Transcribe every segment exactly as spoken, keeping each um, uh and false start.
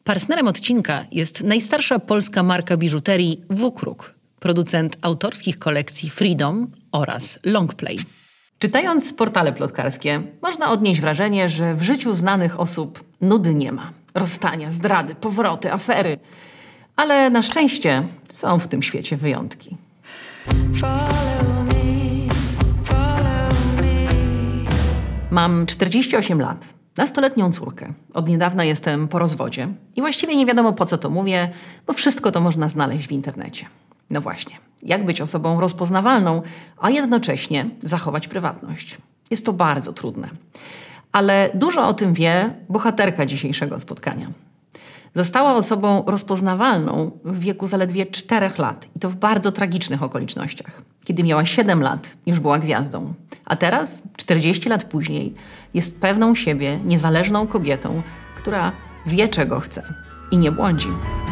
Partnerem odcinka jest najstarsza polska marka biżuterii W-Kruk, producent autorskich kolekcji Freedom oraz Longplay. Czytając portale plotkarskie, można odnieść wrażenie, że w życiu znanych osób nudy nie ma. Rozstania, zdrady, powroty, afery. Ale na szczęście są w tym świecie wyjątki. Mam czterdzieści osiem lat, nastoletnią córkę. Od niedawna jestem po rozwodzie i właściwie nie wiadomo, po co to mówię, bo wszystko to można znaleźć w internecie. No właśnie, jak być osobą rozpoznawalną, a jednocześnie zachować prywatność? Jest to bardzo trudne. Ale dużo o tym wie bohaterka dzisiejszego spotkania. Została osobą rozpoznawalną w wieku zaledwie czterech lat i to w bardzo tragicznych okolicznościach. Kiedy miała siedem lat, już była gwiazdą. A teraz, czterdzieści lat później, jest pewną siebie, niezależną kobietą, która wie, czego chce i nie błądzi.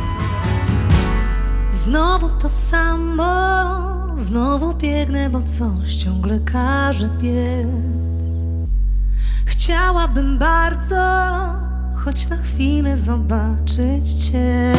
Znowu to samo, znowu biegnę, bo coś ciągle każe biec. Chciałabym bardzo, choć na chwilę zobaczyć Cię.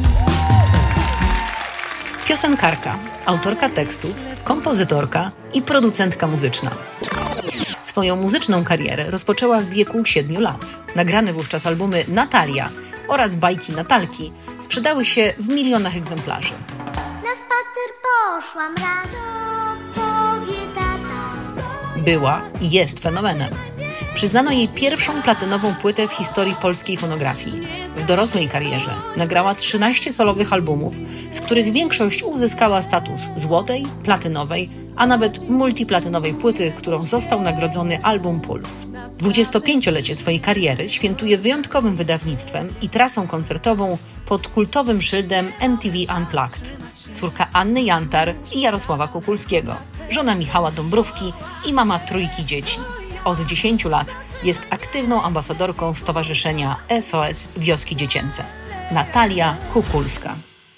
Piosenkarka, autorka tekstów, kompozytorka i producentka muzyczna. Swoją muzyczną karierę rozpoczęła w wieku siedmiu lat. Nagrane wówczas albumy Natalia oraz bajki Natalki sprzedały się w milionach egzemplarzy. Na spacer poszłam rano, powie tata. Była i jest fenomenem. Przyznano jej pierwszą platynową płytę w historii polskiej fonografii. W dorosłej karierze nagrała trzynaście solowych albumów, z których większość uzyskała status złotej, platynowej, a nawet multiplatynowej płyty, którą został nagrodzony album Puls. dwudziestopięciolecie swojej kariery świętuje wyjątkowym wydawnictwem i trasą koncertową pod kultowym szyldem M T V Unplugged. Córka Anny Jantar i Jarosława Kukulskiego, żona Michała Dąbrówki i mama trójki dzieci. Od dziesięciu lat jest aktywną ambasadorką Stowarzyszenia S O S Wioski Dziecięce. Natalia Kukulska.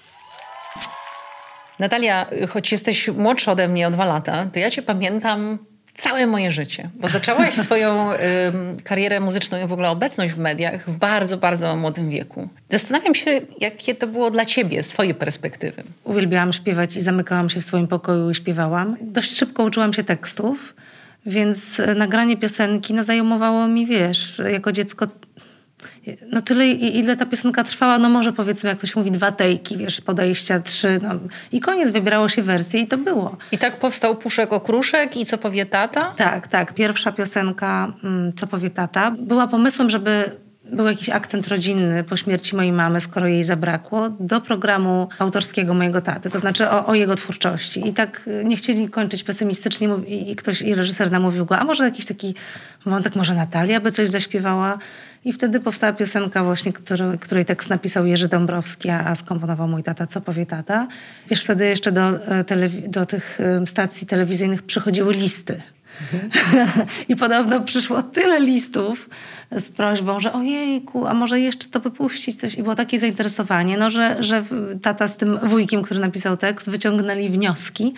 Natalia, choć jesteś młodsza ode mnie o dwa lata, to ja cię pamiętam całe moje życie, bo zaczęłaś swoją y, karierę muzyczną i w ogóle obecność w mediach w bardzo, bardzo młodym wieku. Zastanawiam się, jakie to było dla ciebie z twojej perspektywy. Uwielbiałam śpiewać i zamykałam się w swoim pokoju i śpiewałam. Dość szybko uczyłam się tekstów, więc nagranie piosenki no, zajmowało mi, wiesz, jako dziecko no tyle, ile ta piosenka trwała, no może powiedzmy, jak to się mówi, dwa tejki, wiesz, podejścia, trzy, no i koniec, wybierało się wersję i to było. I tak powstał Puszek Okruszek i Co powie tata? Tak, tak. Pierwsza piosenka Co powie tata była pomysłem, żeby był jakiś akcent rodzinny po śmierci mojej mamy, skoro jej zabrakło, do programu autorskiego mojego taty, to znaczy o, o jego twórczości. I tak nie chcieli kończyć pesymistycznie i, i ktoś, i reżyser namówił go, a może jakiś taki wątek, może Natalia by coś zaśpiewała. I wtedy powstała piosenka właśnie, który, której tekst napisał Jerzy Dąbrowski, a, a skomponował mój tata, Co powie tata. Wiesz, wtedy jeszcze do, telewi- do tych stacji telewizyjnych przychodziły listy. Mhm. I podobno przyszło tyle listów z prośbą, że ojejku, a może jeszcze to wypuścić coś. I było takie zainteresowanie, no, że, że tata z tym wujkiem, który napisał tekst, wyciągnęli wnioski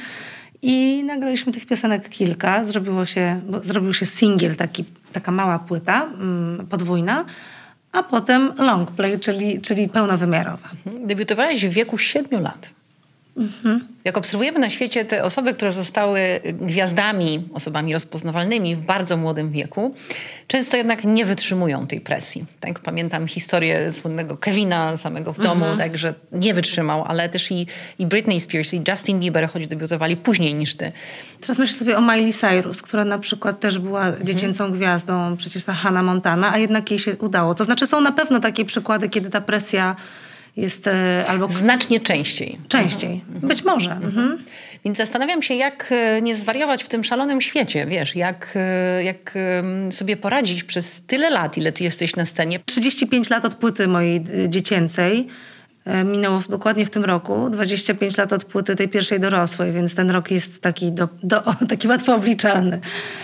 i nagraliśmy tych piosenek kilka. Zrobiło się, zrobił się singiel, taki, taka mała płyta mm, podwójna, a potem long play, czyli, czyli pełnowymiarowa. Mhm. Debiutowałaś w wieku siedmiu lat. Mhm. Jak obserwujemy na świecie te osoby, które zostały gwiazdami, osobami rozpoznawalnymi w bardzo młodym wieku, często jednak nie wytrzymują tej presji. Tak, pamiętam historię słynnego Kevina samego w domu, mhm. tak, że nie wytrzymał, ale też i, i Britney Spears i Justin Bieber, choć debiutowali później niż ty. Teraz myślę sobie o Miley Cyrus, która na przykład też była mhm. dziecięcą gwiazdą, przecież ta Hannah Montana, a jednak jej się udało. To znaczy są na pewno takie przykłady, kiedy ta presja jest albo... Znacznie częściej. Częściej. Mhm. Być może. Mhm. Mhm. Więc zastanawiam się, jak nie zwariować w tym szalonym świecie, wiesz, jak, jak sobie poradzić przez tyle lat, ile ty jesteś na scenie. trzydzieści pięć lat od płyty mojej dziecięcej minęło dokładnie w tym roku. dwadzieścia pięć lat od płyty tej pierwszej dorosłej, więc ten rok jest taki, do, do, taki łatwo obliczalny.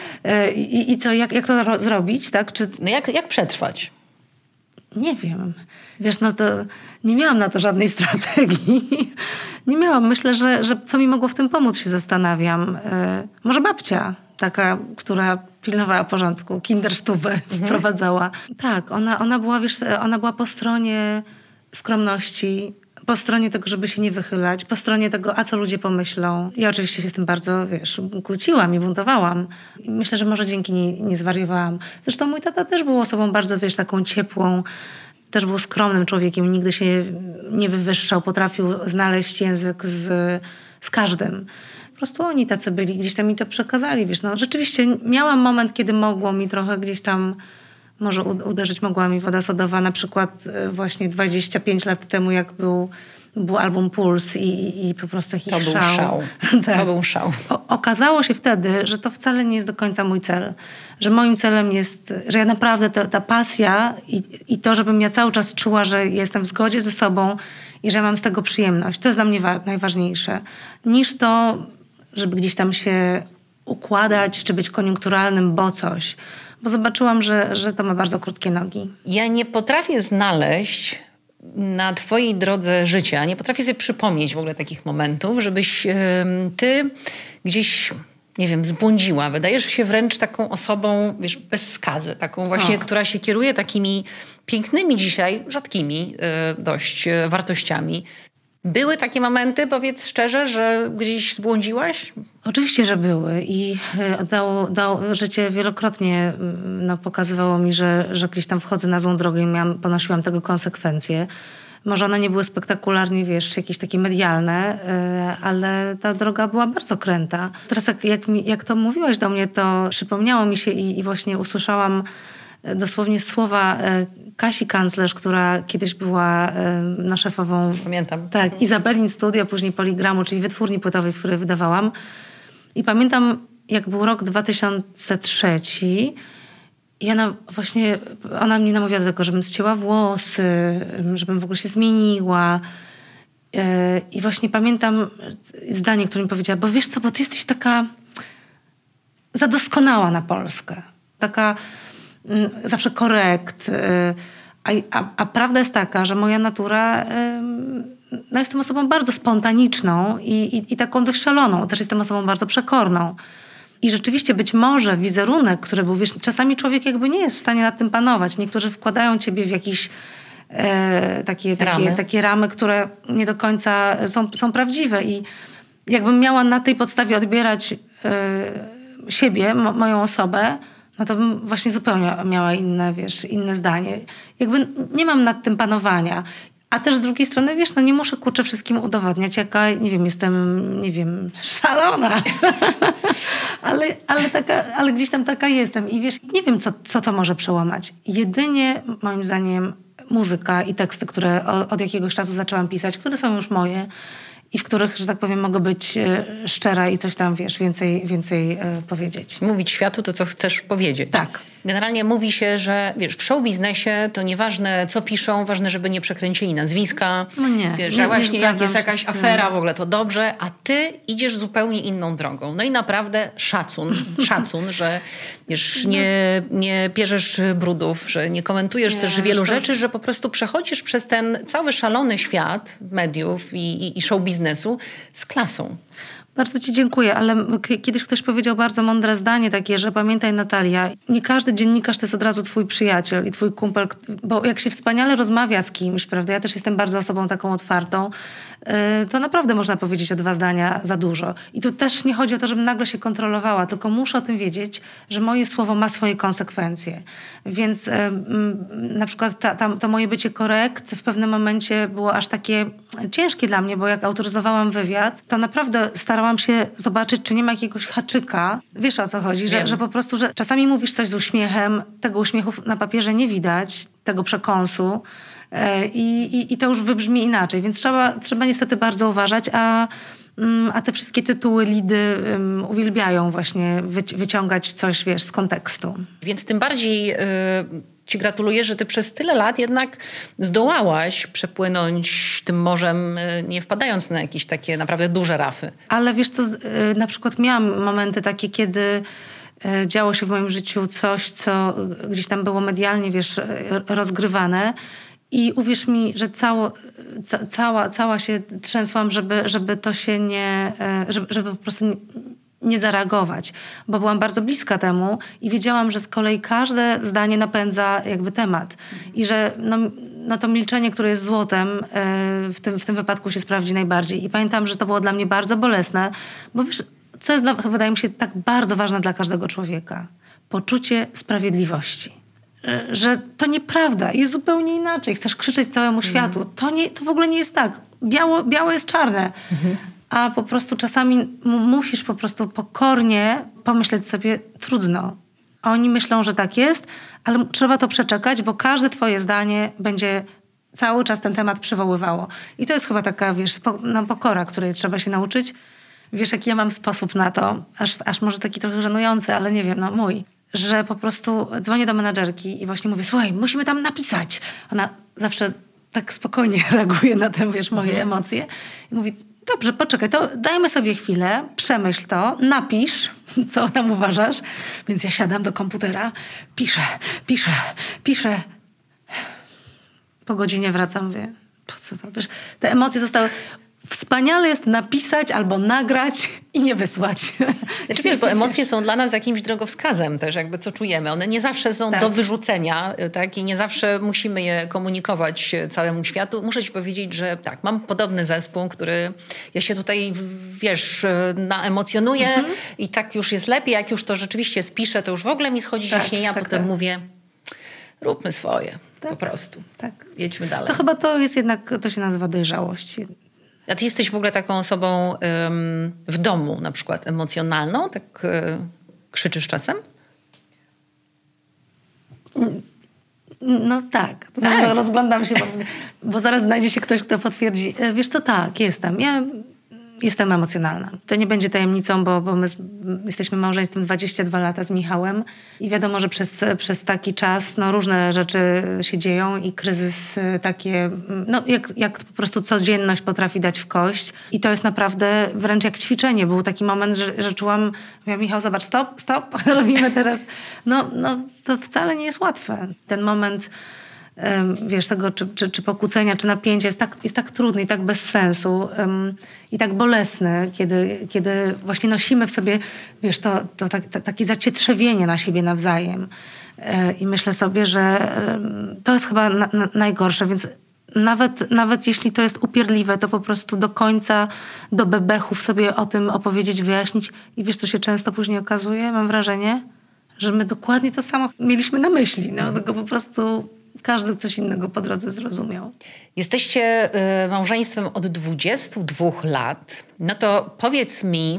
I, i co, jak, jak to ro- zrobić, tak? Czy... No jak, jak przetrwać? Nie wiem. Wiesz, no to nie miałam na to żadnej strategii. Nie miałam. Myślę, że, że co mi mogło w tym pomóc, się zastanawiam. Yy, może babcia, taka, która pilnowała porządku, Kinderstube mhm. wprowadzała. Tak, ona, ona była, wiesz, ona była po stronie skromności, po stronie tego, żeby się nie wychylać, po stronie tego, a co ludzie pomyślą. Ja oczywiście się z tym bardzo, wiesz, kłóciłam i buntowałam. I myślę, że może dzięki niej nie zwariowałam. Zresztą mój tata też był osobą bardzo, wiesz, taką ciepłą, też był skromnym człowiekiem, nigdy się nie wywyższał, potrafił znaleźć język z, z każdym. Po prostu oni tacy byli, gdzieś tam mi to przekazali, wiesz. No rzeczywiście miałam moment, kiedy mogło mi trochę gdzieś tam może uderzyć, mogła mi woda sodowa, na przykład właśnie dwadzieścia pięć lat temu, jak był, był album Puls i, i, i po prostu jakiś to był szał. szał. Tak. To był szał. O, okazało się wtedy, że to wcale nie jest do końca mój cel. Że moim celem jest, że ja naprawdę ta, ta pasja i, i to, żebym ja cały czas czuła, że jestem w zgodzie ze sobą i że mam z tego przyjemność. To jest dla mnie wa- najważniejsze. Niż to, żeby gdzieś tam się układać, czy być koniunkturalnym, bo coś. Bo zobaczyłam, że, że to ma bardzo krótkie nogi. Ja nie potrafię znaleźć na twojej drodze życia, nie potrafię sobie przypomnieć w ogóle takich momentów, żebyś yy, ty gdzieś, nie wiem, zbłądziła. Wydajesz się wręcz taką osobą, wiesz, bez skazy. Taką właśnie, O. która się kieruje takimi pięknymi dzisiaj, rzadkimi yy, dość yy, wartościami. Były takie momenty, powiedz szczerze, że gdzieś zbłądziłaś? Oczywiście, że były i y, dało, dało, życie wielokrotnie y, no, pokazywało mi, że, że gdzieś tam wchodzę na złą drogę i miałam, ponosiłam tego konsekwencje. Może one nie były spektakularnie, wiesz, jakieś takie medialne, y, ale ta droga była bardzo kręta. Teraz jak, jak, mi, jak to mówiłaś do mnie, to przypomniało mi się i, i właśnie usłyszałam dosłownie słowa Kasi Kanclerz, która kiedyś była no, szefową... Pamiętam. Tak, Izabelin Studio, później Poligramu, czyli wytwórni płytowej, w której wydawałam. I pamiętam, jak był rok dwa tysiące trzeci i ona właśnie, ona mnie namówiła do tego, żebym zcięła włosy, żebym w ogóle się zmieniła. I właśnie pamiętam zdanie, które mi powiedziała, bo wiesz co, bo ty jesteś taka zadoskonała na Polskę. Taka zawsze korekt. A, a, a prawda jest taka, że moja natura... No jestem osobą bardzo spontaniczną i, i, i taką dość szaloną. Też jestem osobą bardzo przekorną. I rzeczywiście być może wizerunek, który był... Wiesz, czasami człowiek jakby nie jest w stanie nad tym panować. Niektórzy wkładają ciebie w jakieś e, takie, takie, ramy. takie ramy, które nie do końca są, są prawdziwe. I jakbym miała na tej podstawie odbierać e, siebie, m- moją osobę, no to bym właśnie zupełnie miała inne, wiesz, inne zdanie. Jakby nie mam nad tym panowania. A też z drugiej strony, wiesz, no nie muszę, kurczę, wszystkim udowadniać, jaka, nie wiem, jestem, nie wiem, szalona. ale, ale, taka, ale gdzieś tam taka jestem. I wiesz, nie wiem, co, co to może przełamać. Jedynie, moim zdaniem, muzyka i teksty, które od, od jakiegoś czasu zaczęłam pisać, które są już moje i w których, że tak powiem, mogę być szczera i coś tam, wiesz, więcej, więcej powiedzieć. Mówić światu to, co chcesz powiedzieć. Tak. Generalnie mówi się, że wiesz, w show biznesie to nieważne, co piszą, ważne, żeby nie przekręcili nazwiska. No nie, Wiesz, nie, że właśnie nie jak zgadzam jest się jakaś z tym. afera, w ogóle to dobrze, a ty idziesz zupełnie inną drogą. No i naprawdę szacun, szacun, że wiesz, nie, nie pierzesz brudów, że nie komentujesz Nie, też wielu to- rzeczy, że po prostu przechodzisz przez ten cały szalony świat mediów i, i, i show biznesu z klasą. Bardzo ci dziękuję, ale k- kiedyś ktoś powiedział bardzo mądre zdanie takie, że pamiętaj, Natalia, nie każdy dziennikarz to jest od razu twój przyjaciel i twój kumpel, k- bo jak się wspaniale rozmawia z kimś, prawda, ja też jestem bardzo osobą taką otwartą, yy, to naprawdę można powiedzieć o dwa zdania za dużo. I tu też nie chodzi o to, żebym nagle się kontrolowała, tylko muszę o tym wiedzieć, że moje słowo ma swoje konsekwencje. Więc yy, yy, na przykład ta, ta, to moje bycie korekt w pewnym momencie było aż takie ciężkie dla mnie, bo jak autoryzowałam wywiad, to naprawdę starałam się zobaczyć, czy nie ma jakiegoś haczyka. Wiesz, o co chodzi? Że, Wiem. że po prostu, że czasami mówisz coś z uśmiechem, tego uśmiechu na papierze nie widać, tego przekąsu e, i, i to już wybrzmi inaczej. Więc trzeba, trzeba niestety bardzo uważać, a, mm, a te wszystkie tytuły, lidy um, uwielbiają właśnie wyci- wyciągać coś, wiesz, z kontekstu. Więc tym bardziej y, ci gratuluję, że ty przez tyle lat jednak zdołałaś przepłynąć tym morzem, y, nie wpadając na jakieś takie naprawdę duże rafy. Ale wiesz co, z- y, na przykład miałam momenty takie, kiedy y, działo się w moim życiu coś, co y, gdzieś tam było medialnie, wiesz, y, rozgrywane. I uwierz mi, że cało, ca, cała, cała się trzęsłam, żeby, żeby to się nie... y, Żeby, żeby po prostu nie, nie zareagować, bo byłam bardzo bliska temu i wiedziałam, że z kolei każde zdanie napędza jakby temat. I że no, no to milczenie, które jest złotem, e, w tym, w tym wypadku się sprawdzi najbardziej. I pamiętam, że to było dla mnie bardzo bolesne, bo wiesz, co jest, dla, wydaje mi się, tak bardzo ważne dla każdego człowieka? Poczucie sprawiedliwości. E, że to nieprawda, jest zupełnie inaczej. Chcesz krzyczeć całemu mhm. światu. To, nie, to w ogóle nie jest tak. Biało, białe jest czarne. Mhm. A po prostu czasami m- musisz po prostu pokornie pomyśleć sobie, trudno. Oni myślą, że tak jest, ale trzeba to przeczekać, bo każde twoje zdanie będzie cały czas ten temat przywoływało. I to jest chyba taka, wiesz, po, no, pokora, której trzeba się nauczyć. Wiesz, jaki ja mam sposób na to, aż, aż może taki trochę żenujący, ale nie wiem, no mój, że po prostu dzwonię do menadżerki i właśnie mówię, słuchaj, musimy tam napisać. Ona zawsze tak spokojnie reaguje na te, wiesz, moje mhm. emocje i mówi, dobrze, poczekaj, to dajmy sobie chwilę, przemyśl to, napisz, co tam uważasz. Więc ja siadam do komputera, piszę, piszę, piszę. Po godzinie wracam, mówię, po co to? Wiesz, te emocje zostały... Wspaniale jest napisać albo nagrać i nie wysłać. Znaczy wiesz, bo emocje są dla nas jakimś drogowskazem też, jakby co czujemy. One nie zawsze są tak. do wyrzucenia, tak? I nie zawsze musimy je komunikować całemu światu. Muszę ci powiedzieć, że tak, mam podobny zespół, który ja się tutaj, wiesz, naemocjonuję mhm. i tak już jest lepiej. Jak już to rzeczywiście spiszę, to już w ogóle mi schodzi tak, ciśnienie, a tak, potem tak. mówię, róbmy swoje, tak, po prostu. Tak. Jedźmy dalej. To chyba to jest jednak, to się nazywa dojrzałość. A ty jesteś w ogóle taką osobą ym, w domu na przykład emocjonalną? Tak y, krzyczysz czasem? No tak. To tak. Znaczy, rozglądam się, bo, bo zaraz znajdzie się ktoś, kto potwierdzi. Wiesz co, tak, jestem. Ja jestem emocjonalna. To nie będzie tajemnicą, bo, bo my z, jesteśmy małżeństwem dwadzieścia dwa lata z Michałem i wiadomo, że przez, przez taki czas no, różne rzeczy się dzieją i kryzys takie, no jak, jak po prostu codzienność potrafi dać w kość. I to jest naprawdę wręcz jak ćwiczenie. Był taki moment, że, że czułam, mówię, Michał, zobacz, stop, stop, robimy teraz. No, no to wcale nie jest łatwe. Ten moment... wiesz, tego czy, czy, czy pokłócenia, czy napięcia jest tak, jest tak trudny i tak bez sensu um, i tak bolesny, kiedy, kiedy właśnie nosimy w sobie, wiesz, to, to tak, to, takie zacietrzewienie na siebie nawzajem. E, I myślę sobie, że um, to jest chyba na, na, najgorsze, więc nawet, nawet jeśli to jest upierdliwe, to po prostu do końca, do bebechów sobie o tym opowiedzieć, wyjaśnić i wiesz, co się często później okazuje, mam wrażenie, że my dokładnie to samo mieliśmy na myśli, no, tylko po prostu każdy coś innego po drodze zrozumiał. Jesteście y, małżeństwem od dwudziestu dwóch lat. No to powiedz mi,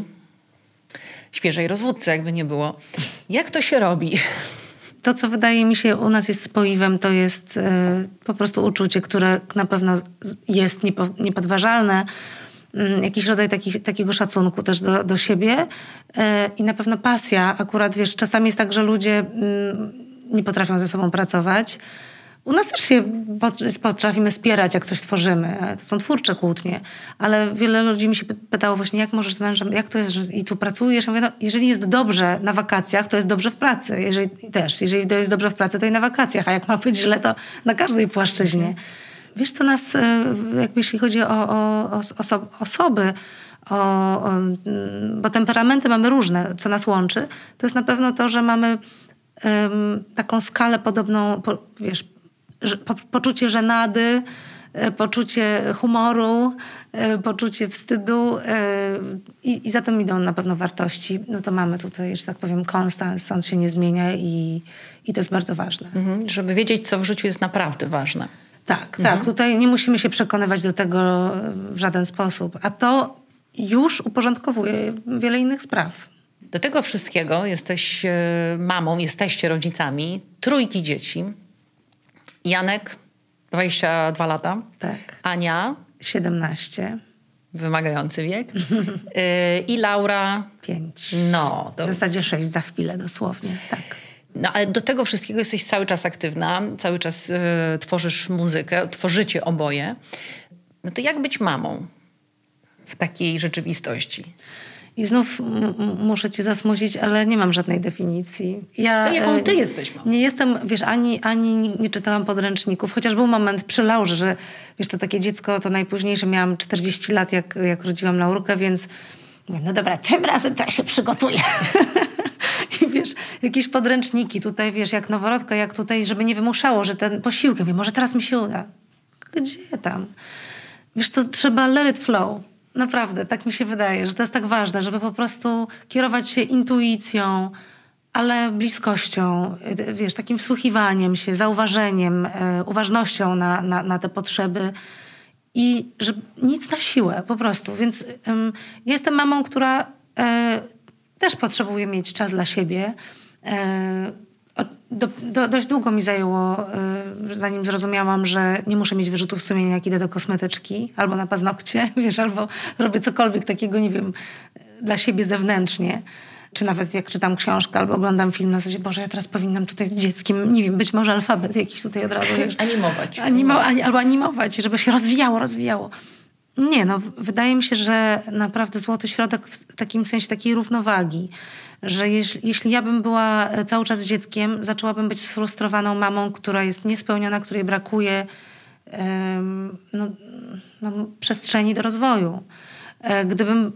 świeżej rozwódce jakby nie było, jak to się robi? To, co wydaje mi się u nas jest spoiwem, to jest y, po prostu uczucie, które na pewno jest niepo, niepodważalne. Y, jakiś rodzaj taki, takiego szacunku też do, do siebie y, i na pewno pasja. Akurat wiesz, czasami jest tak, że ludzie y, nie potrafią ze sobą pracować. U nas też się potrafimy spierać, jak coś tworzymy. To są twórcze kłótnie. Ale wiele ludzi mi się pytało właśnie, jak możesz z mężem, jak to jest, że i tu pracujesz? Ja mówię, no, jeżeli jest dobrze na wakacjach, to jest dobrze w pracy. Jeżeli też, jeżeli jest dobrze w pracy, to i na wakacjach. A jak ma być źle, to na każdej płaszczyźnie. Wiesz, co nas, jakby jeśli chodzi o, o, o oso- osoby, o, o, bo temperamenty mamy różne, co nas łączy, to jest na pewno to, że mamy um, taką skalę podobną, po, wiesz, Po, poczucie żenady, poczucie humoru, poczucie wstydu i, i za tym idą na pewno wartości. No to mamy tutaj, że tak powiem, konstans, on się nie zmienia i, i to jest bardzo ważne. Mhm, żeby wiedzieć, co w życiu jest naprawdę ważne. Tak, mhm. tak. Tutaj nie musimy się przekonywać do tego w żaden sposób. A to już uporządkowuje wiele innych spraw. Do tego wszystkiego jesteś mamą, jesteście rodzicami trójki dzieci. Janek, dwadzieścia dwa lata. Tak. Ania. siedemnaście. Wymagający wiek. Yy, I Laura. pięć. No. To... W zasadzie sześć za chwilę dosłownie, tak. No ale do tego wszystkiego jesteś cały czas aktywna. Cały czas yy, tworzysz muzykę. Tworzycie oboje. No to jak być mamą w takiej rzeczywistości? I znów m- muszę cię zasmucić, ale nie mam żadnej definicji. Ja, no jaką ty jesteś mamą? Nie jestem, wiesz, ani, ani nie, nie czytałam podręczników, chociaż był moment przy Laurze, że wiesz, to takie dziecko, to najpóźniejsze, miałam czterdzieści lat, jak, jak rodziłam Laurkę, więc mówię, no dobra, tym razem to ja się przygotuję. I wiesz, jakieś podręczniki tutaj, wiesz, jak noworodka, jak tutaj, żeby nie wymuszało, że ten posiłkiem, wiem, może teraz mi się uda. Gdzie tam? Wiesz co, trzeba let it flow. Naprawdę, tak mi się wydaje, że to jest tak ważne, żeby po prostu kierować się intuicją, ale bliskością, wiesz, takim wsłuchiwaniem się, zauważeniem, e, uważnością na, na, na te potrzeby i że nic na siłę, po prostu. Więc um, jestem mamą, która e, też potrzebuje mieć czas dla siebie. E, do, do, dość długo mi zajęło, e, zanim zrozumiałam, że nie muszę mieć wyrzutów sumienia, jak idę do kosmetyczki albo na paznokcie, wiesz, albo robię cokolwiek takiego, nie wiem, dla siebie zewnętrznie. Czy nawet jak czytam książkę albo oglądam film na zasadzie, Boże, ja teraz powinnam tutaj z dzieckiem, nie wiem, być może alfabet jakiś tutaj od razu. Wiesz, animować. Animo, ani, albo animować, żeby się rozwijało, rozwijało. Nie, no wydaje mi się, że naprawdę złoty środek w takim sensie takiej równowagi, że jeśli, jeśli ja bym była cały czas z dzieckiem, zaczęłabym być sfrustrowaną mamą, która jest niespełniona, której brakuje um, no, no, przestrzeni do rozwoju. Gdybym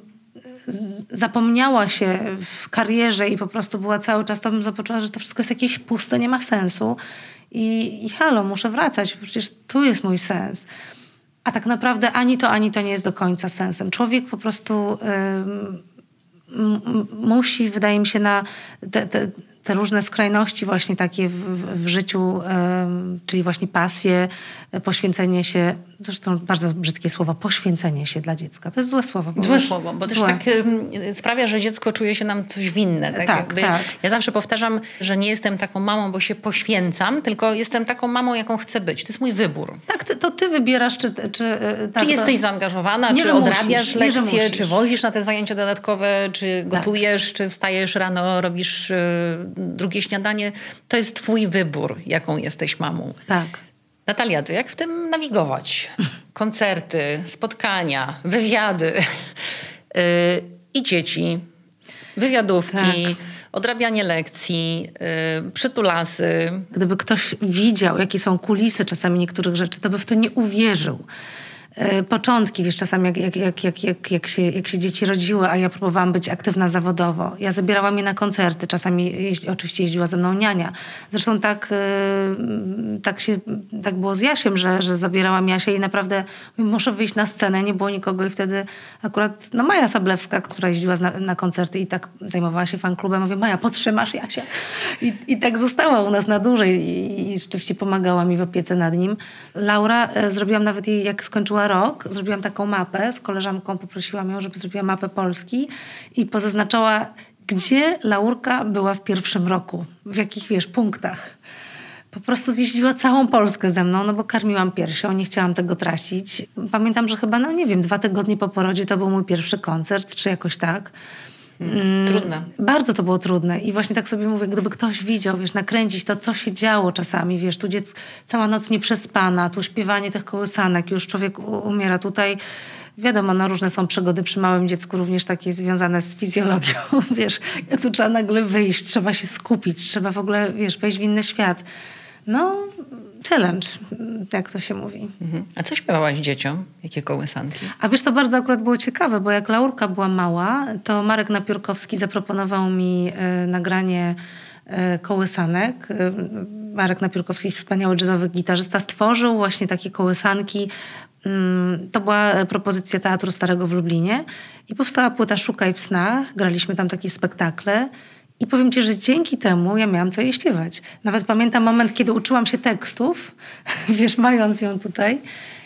zapomniała się w karierze i po prostu była cały czas, to bym zobaczyła, że to wszystko jest jakieś puste, nie ma sensu. I, i halo, muszę wracać, przecież tu jest mój sens. A tak naprawdę ani to, ani to nie jest do końca sensem. Człowiek po prostu ym, m, musi, wydaje mi się, na te, te, te różne skrajności właśnie takie w, w, w życiu, ym, czyli właśnie pasję, poświęcenie się, zresztą bardzo brzydkie słowo, poświęcenie się dla dziecka. To jest złe słowo. Złe wiesz? słowo, bo złe. Też tak y, sprawia, że dziecko czuje się nam coś winne. Tak? Tak, Jakby, tak. Ja zawsze powtarzam, że nie jestem taką mamą, bo się poświęcam, tylko jestem taką mamą, jaką chcę być. To jest mój wybór. Tak, ty, to ty wybierasz, czy... czy, tak, czy jesteś to... zaangażowana, nie, czy odrabiasz musisz, lekcje, nie, czy wozisz na te zajęcia dodatkowe, czy tak. gotujesz, czy wstajesz rano, robisz y, drugie śniadanie. To jest twój wybór, jaką jesteś mamą. Tak. Natalia, to jak w tym nawigować? Koncerty, spotkania, wywiady yy, i dzieci, wywiadówki, tak. odrabianie lekcji, yy, przytulasy. Gdyby ktoś widział, jakie są kulisy czasami niektórych rzeczy, to by w to nie uwierzył. Początki, wiesz, czasami jak, jak, jak, jak, jak, jak, się, jak się dzieci rodziły, a ja próbowałam być aktywna zawodowo. Ja zabierałam je na koncerty, czasami jeździ, oczywiście jeździła ze mną niania. Zresztą tak, yy, tak, się, tak było z Jasiem, że, że zabierałam Jasię i naprawdę muszę wyjść na scenę, nie było nikogo i wtedy akurat no Maja Sablewska, która jeździła na, na koncerty i tak zajmowała się fanklubem, mówię, Maja, potrzymasz Jasia. I, i tak została u nas na dłużej i, i rzeczywiście pomagała mi w opiece nad nim. Laura, e, zrobiłam nawet jej, jak skończyła rok, zrobiłam taką mapę, z koleżanką poprosiłam ją, żeby zrobiła mapę Polski i pozaznaczała, gdzie Laurka była w pierwszym roku, w jakich, wiesz, punktach. Po prostu zjeździła całą Polskę ze mną, no bo karmiłam piersią, nie chciałam tego tracić. Pamiętam, że chyba, no nie wiem, dwa tygodnie po porodzie to był mój pierwszy koncert, czy jakoś tak. Hmm, trudne. Bardzo to było trudne i właśnie tak sobie mówię, gdyby ktoś widział, wiesz, nakręcić to, co się działo czasami, wiesz, tu dziecko, cała noc nieprzespana, tu śpiewanie tych kołysanek, już człowiek u- umiera tutaj. Wiadomo, no różne są przygody przy małym dziecku, również takie związane z fizjologią, wiesz, jak tu trzeba nagle wyjść, trzeba się skupić, trzeba w ogóle, wiesz, wejść w inny świat. No, challenge, jak to się mówi. Mhm. A co śpiewałaś dzieciom? Jakie kołysanki? A wiesz, to bardzo akurat było ciekawe, bo jak Laurka była mała, to Marek Napiórkowski zaproponował mi y, nagranie y, kołysanek. Y, Marek Napiórkowski, wspaniały jazzowy gitarzysta, stworzył właśnie takie kołysanki. Y, to była propozycja Teatru Starego w Lublinie i powstała płyta Szukaj w snach. Graliśmy tam takie spektakle. I powiem ci, że dzięki temu ja miałam co jej śpiewać. Nawet pamiętam moment, kiedy uczyłam się tekstów, wiesz, mając ją tutaj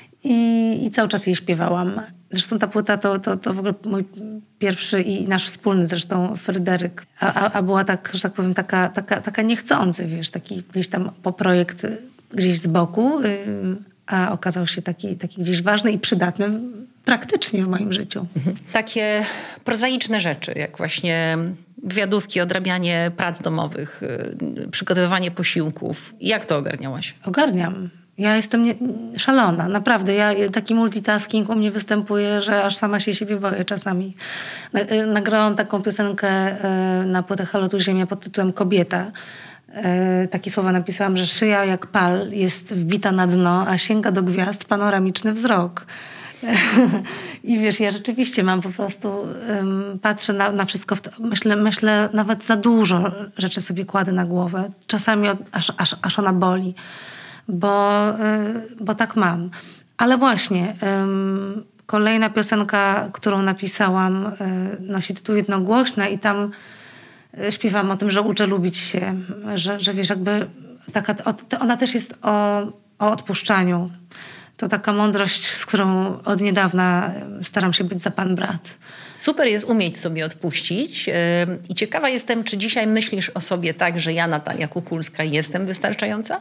i, i cały czas jej śpiewałam. Zresztą ta płyta to, to, to w ogóle mój pierwszy i nasz wspólny zresztą Fryderyk. A, a, a była tak, że tak powiem, taka, taka, taka niechcący, wiesz, taki gdzieś tam po projekt gdzieś z boku, yy, a okazał się taki, taki gdzieś ważny i przydatny praktycznie w moim życiu. Mhm. Takie prozaiczne rzeczy, jak właśnie wywiadówki, odrabianie prac domowych, yy, przygotowywanie posiłków. Jak to ogarniałaś? Ogarniam. Ja jestem nie, szalona, naprawdę. Ja, taki multitasking u mnie występuje, że aż sama się siebie boję czasami. Nagrałam taką piosenkę na płytę Halo tu Ziemia pod tytułem Kobieta. Takie słowa napisałam, że szyja jak pal jest wbita na dno, a sięga do gwiazd panoramiczny wzrok. I wiesz, ja rzeczywiście mam po prostu, um, patrzę na, na wszystko, w to, myślę, myślę nawet za dużo rzeczy sobie kładę na głowę. Czasami od, aż, aż, aż ona boli, bo, y, bo tak mam. Ale właśnie, um, kolejna piosenka, którą napisałam, y, nosi tytuł Jednogłośna i tam y, śpiewam o tym, że uczę lubić się, że, że wiesz, jakby taka, ona też jest o, o odpuszczaniu. To taka mądrość, z którą od niedawna staram się być za pan brat. Super jest umieć sobie odpuścić. Yy, I ciekawa jestem, czy dzisiaj myślisz o sobie tak, że ja, Natalia Kukulska, jestem wystarczająca?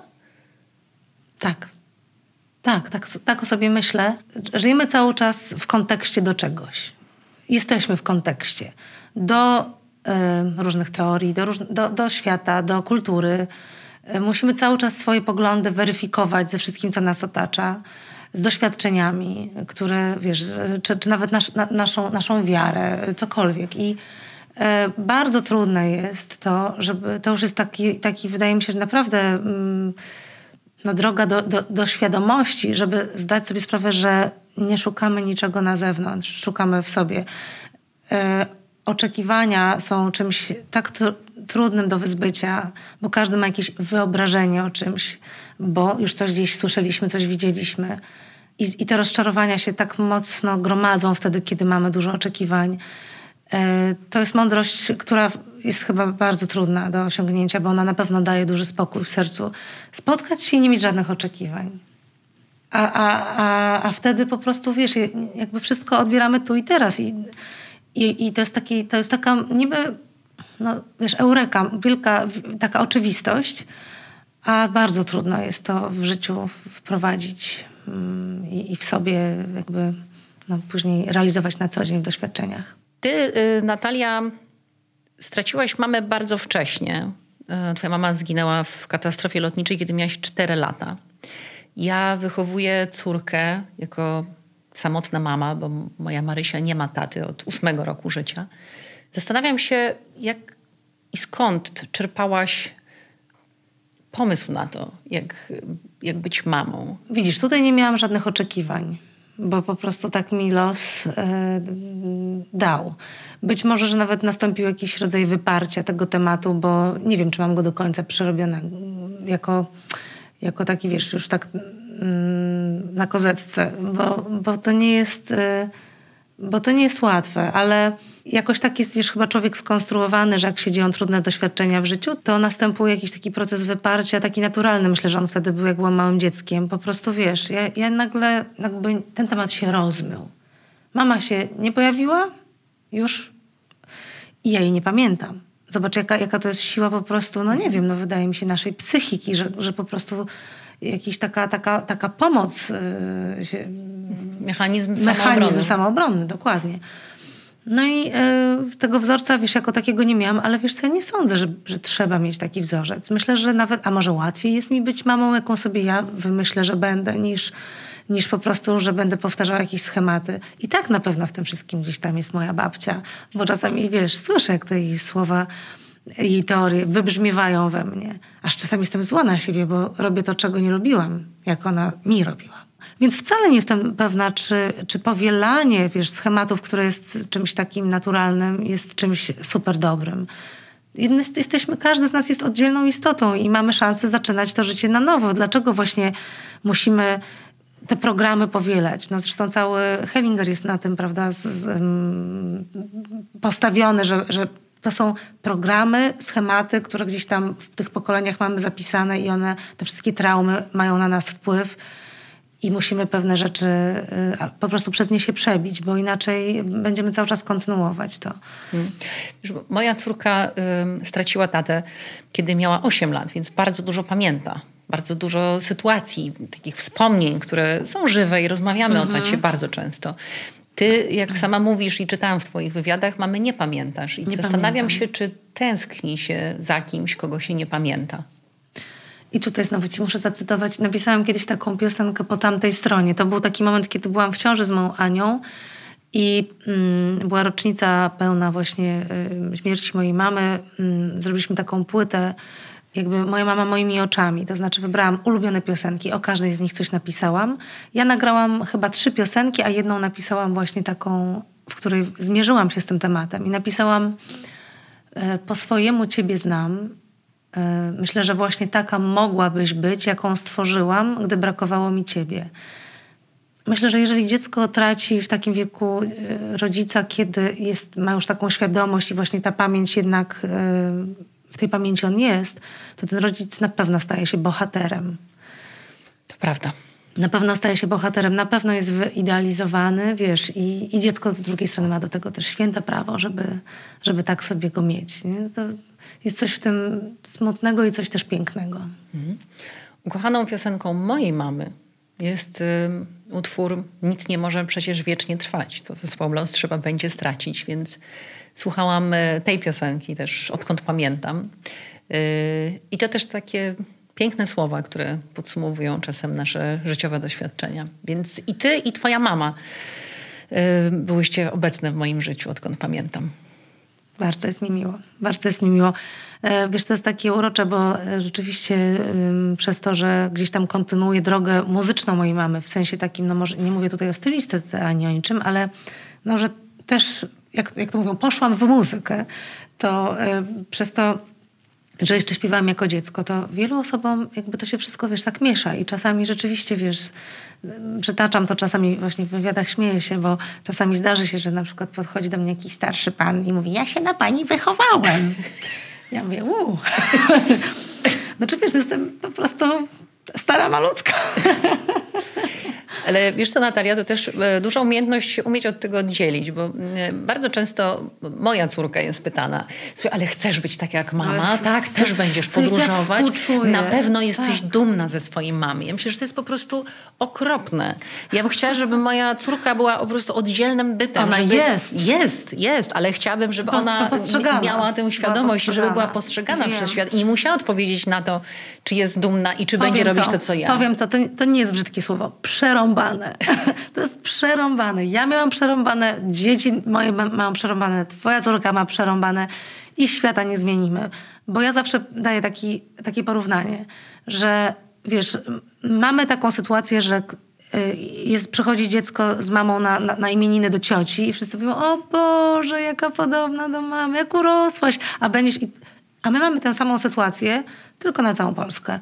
Tak. Tak, tak, tak o sobie myślę. Żyjemy cały czas w kontekście do czegoś. Jesteśmy w kontekście. Do y, różnych teorii, do, róż, do, do świata, do kultury. Musimy cały czas swoje poglądy weryfikować ze wszystkim, co nas otacza, z doświadczeniami, które, wiesz, czy, czy nawet nasz, na, naszą, naszą wiarę, cokolwiek. I e, bardzo trudne jest to, żeby, to już jest taki, taki wydaje mi się, że naprawdę mm, no, droga do, do, do świadomości, żeby zdać sobie sprawę, że nie szukamy niczego na zewnątrz, szukamy w sobie. E, oczekiwania są czymś tak tr- trudnym do wyzbycia, bo każdy ma jakieś wyobrażenie o czymś, bo już coś gdzieś słyszeliśmy, coś widzieliśmy. I, i te rozczarowania się tak mocno gromadzą wtedy, kiedy mamy dużo oczekiwań. E, to jest mądrość, która jest chyba bardzo trudna do osiągnięcia, bo ona na pewno daje duży spokój w sercu. Spotkać się i nie mieć żadnych oczekiwań. A, a, a, a wtedy po prostu, wiesz, jakby wszystko odbieramy tu i teraz. I, i, i to jest taki, to jest taka niby, no wiesz, eureka, wielka taka oczywistość, a bardzo trudno jest to w życiu wprowadzić um, i, i w sobie jakby no, później realizować na co dzień w doświadczeniach. Ty, y, Natalia, straciłaś mamę bardzo wcześnie. Y, twoja mama zginęła w katastrofie lotniczej, kiedy miałaś cztery lata. Ja wychowuję córkę jako samotna mama, bo moja Marysia nie ma taty od ósmego roku życia. Zastanawiam się, jak i skąd czerpałaś pomysł na to, jak, jak być mamą. Widzisz, tutaj nie miałam żadnych oczekiwań, bo po prostu tak mi los yy, dał. Być może, że nawet nastąpił jakiś rodzaj wyparcia tego tematu, bo nie wiem, czy mam go do końca przerobione jako, jako taki, wiesz, już tak yy, na kozetce, bo, bo to nie jest... Yy, Bo to nie jest łatwe, ale jakoś tak jest, wiesz, chyba człowiek skonstruowany, że jak się dzieją trudne doświadczenia w życiu, to następuje jakiś taki proces wyparcia, taki naturalny. Myślę, że on wtedy był, jak byłam małym dzieckiem. Po prostu, wiesz, ja, ja nagle jakby ten temat się rozmył. Mama się nie pojawiła już i ja jej nie pamiętam. Zobacz, jaka, jaka to jest siła po prostu, no nie wiem, no wydaje mi się, naszej psychiki, że, że po prostu jakaś taka, taka, taka pomoc yy, się... Mechanizm samoobrony. Mechanizm samoobronny, dokładnie. No i y, tego wzorca, wiesz, jako takiego nie miałam, ale wiesz co, ja nie sądzę, że, że trzeba mieć taki wzorzec. Myślę, że nawet, a może łatwiej jest mi być mamą, jaką sobie ja wymyślę, że będę, niż, niż po prostu, że będę powtarzała jakieś schematy. I tak na pewno w tym wszystkim gdzieś tam jest moja babcia, bo czasami, wiesz, słyszę, jak te jej słowa, jej teorie wybrzmiewają we mnie. Aż czasami jestem zła na siebie, bo robię to, czego nie lubiłam, jak ona mi robiła. Więc wcale nie jestem pewna, czy, czy powielanie, wiesz, schematów, które jest czymś takim naturalnym, jest czymś super dobrym. Jesteśmy, każdy z nas jest oddzielną istotą i mamy szansę zaczynać to życie na nowo. Dlaczego właśnie musimy te programy powielać? No zresztą cały Hellinger jest na tym, prawda, z, z, um, postawiony, że, że to są programy, schematy, które gdzieś tam w tych pokoleniach mamy zapisane i one, te wszystkie traumy mają na nas wpływ. I musimy pewne rzeczy y, po prostu przez nie się przebić, bo inaczej będziemy cały czas kontynuować to. Hmm. Moja córka y, straciła tatę, kiedy miała osiem lat, więc bardzo dużo pamięta. Bardzo dużo sytuacji, takich wspomnień, które są żywe i rozmawiamy mhm. o tacie bardzo często. Ty, jak sama mówisz i czytałam w twoich wywiadach, mamy nie pamiętasz. I nie zastanawiam pamiętam. się, czy tęskni się za kimś, kogo się nie pamięta. I tutaj znowu ci muszę zacytować. Napisałam kiedyś taką piosenkę Po tamtej stronie. To był taki moment, kiedy byłam w ciąży z moją Anią i mm, była rocznica pełna właśnie y, śmierci mojej mamy. Mm, zrobiliśmy taką płytę jakby moja mama moimi oczami. To znaczy wybrałam ulubione piosenki, o każdej z nich coś napisałam. Ja nagrałam chyba trzy piosenki, a jedną napisałam właśnie taką, w której zmierzyłam się z tym tematem. I napisałam e, po swojemu ciebie znam. E, myślę, że właśnie taka mogłabyś być, jaką stworzyłam, gdy brakowało mi ciebie. Myślę, że jeżeli dziecko traci w takim wieku e, rodzica, kiedy jest, ma już taką świadomość i właśnie ta pamięć jednak... E, w tej pamięci on jest, to ten rodzic na pewno staje się bohaterem. To prawda. Na pewno staje się bohaterem, na pewno jest wyidealizowany, wiesz, i, i dziecko z drugiej strony ma do tego też święte prawo, żeby, żeby tak sobie go mieć. Nie? To jest coś w tym smutnego i coś też pięknego. Mhm. Ukochaną piosenką mojej mamy jest y, utwór Nic nie może przecież wiecznie trwać. To zespołu Los trzeba będzie stracić, więc słuchałam tej piosenki też odkąd pamiętam. Y, I to też takie piękne słowa, które podsumowują czasem nasze życiowe doświadczenia. Więc i ty, i twoja mama y, byłyście obecne w moim życiu, odkąd pamiętam. Bardzo jest mi miło. Bardzo jest mi miło. Wiesz, to jest takie urocze, bo rzeczywiście um, przez to, że gdzieś tam kontynuuję drogę muzyczną mojej mamy, w sensie takim, no może nie mówię tutaj o stylistyce ani o niczym, ale no, że też, jak, jak to mówią, poszłam w muzykę, to y, przez to, że jeszcze śpiewałam jako dziecko, to wielu osobom jakby to się wszystko, wiesz, tak miesza i czasami rzeczywiście, wiesz, przytaczam to czasami właśnie w wywiadach, śmieję się, bo czasami zdarzy się, że na przykład podchodzi do mnie jakiś starszy pan i mówi, ja się na pani wychowałem. Ja mówię, uuu. No czy wiesz, jestem po prostu stara malutka. Ale wiesz co, Natalia, to też duża umiejętność umieć od tego oddzielić, bo bardzo często moja córka jest pytana, słuchaj, ale chcesz być tak jak mama? Ale tak, co, też będziesz co podróżować. Ja Na pewno jesteś tak. dumna ze swojej mamy. Ja myślę, że to jest po prostu okropne. Ja bym chciała, żeby moja córka była po prostu oddzielnym bytem. Ona żeby... jest. Jest, jest, ale chciałabym, żeby Po- ona postrzegana. miała tę świadomość, Była żeby była postrzegana. postrzegana Wiem. przez świat i nie musiała odpowiedzieć na to, czy jest dumna i czy będzie Powiem robić to, co ja. Powiem to, to, to nie jest brzydkie słowo. Przerąbane. To jest przerąbane. Ja miałam przerąbane, dzieci moje ma- mają przerąbane, twoja córka ma przerąbane i świata nie zmienimy. Bo ja zawsze daję taki, takie porównanie, że wiesz, mamy taką sytuację, że jest, przychodzi dziecko z mamą na, na, na imieniny do cioci i wszyscy mówią, o Boże, jaka podobna do mamy, jak urosłaś. A będziesz... A my mamy tę samą sytuację, tylko na całą Polskę.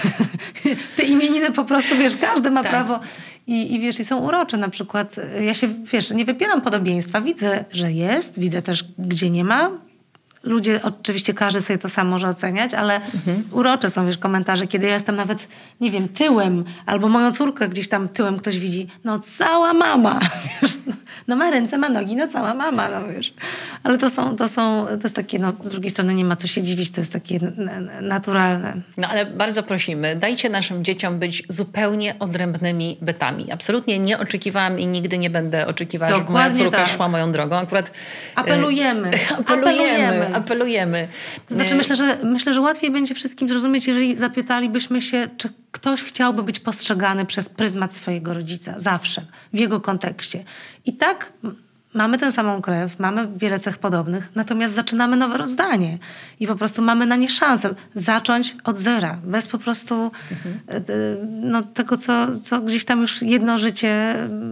Te imieniny po prostu, wiesz, każdy ma tak. prawo i, i wiesz, i są urocze. Na przykład ja się, wiesz, nie wypieram podobieństwa. Widzę, że jest, widzę też, gdzie nie ma. Ludzie, oczywiście każdy sobie to sam może oceniać, ale mhm. urocze są, wiesz, komentarze, kiedy ja jestem nawet, nie wiem, tyłem, albo moją córkę gdzieś tam tyłem ktoś widzi. No cała mama, wiesz, no ma ręce, ma nogi, no cała mama, no wiesz. Ale to są, to są, to jest takie, no z drugiej strony nie ma co się dziwić, to jest takie n- naturalne. No ale bardzo prosimy, dajcie naszym dzieciom być zupełnie odrębnymi bytami. Absolutnie nie oczekiwałam i nigdy nie będę oczekiwała, żeby moja Dokładnie córka tak. szła moją drogą. Akurat Apelujemy. apelujemy. Apelujemy. Apelujemy. To znaczy myślę, że myślę, że łatwiej będzie wszystkim zrozumieć, jeżeli zapytalibyśmy się, czy ktoś chciałby być postrzegany przez pryzmat swojego rodzica. Zawsze. W jego kontekście. I tak mamy tę samą krew, mamy wiele cech podobnych, natomiast zaczynamy nowe rozdanie. I po prostu mamy na nie szansę zacząć od zera. Bez po prostu mhm. no, tego, co, co gdzieś tam już jedno życie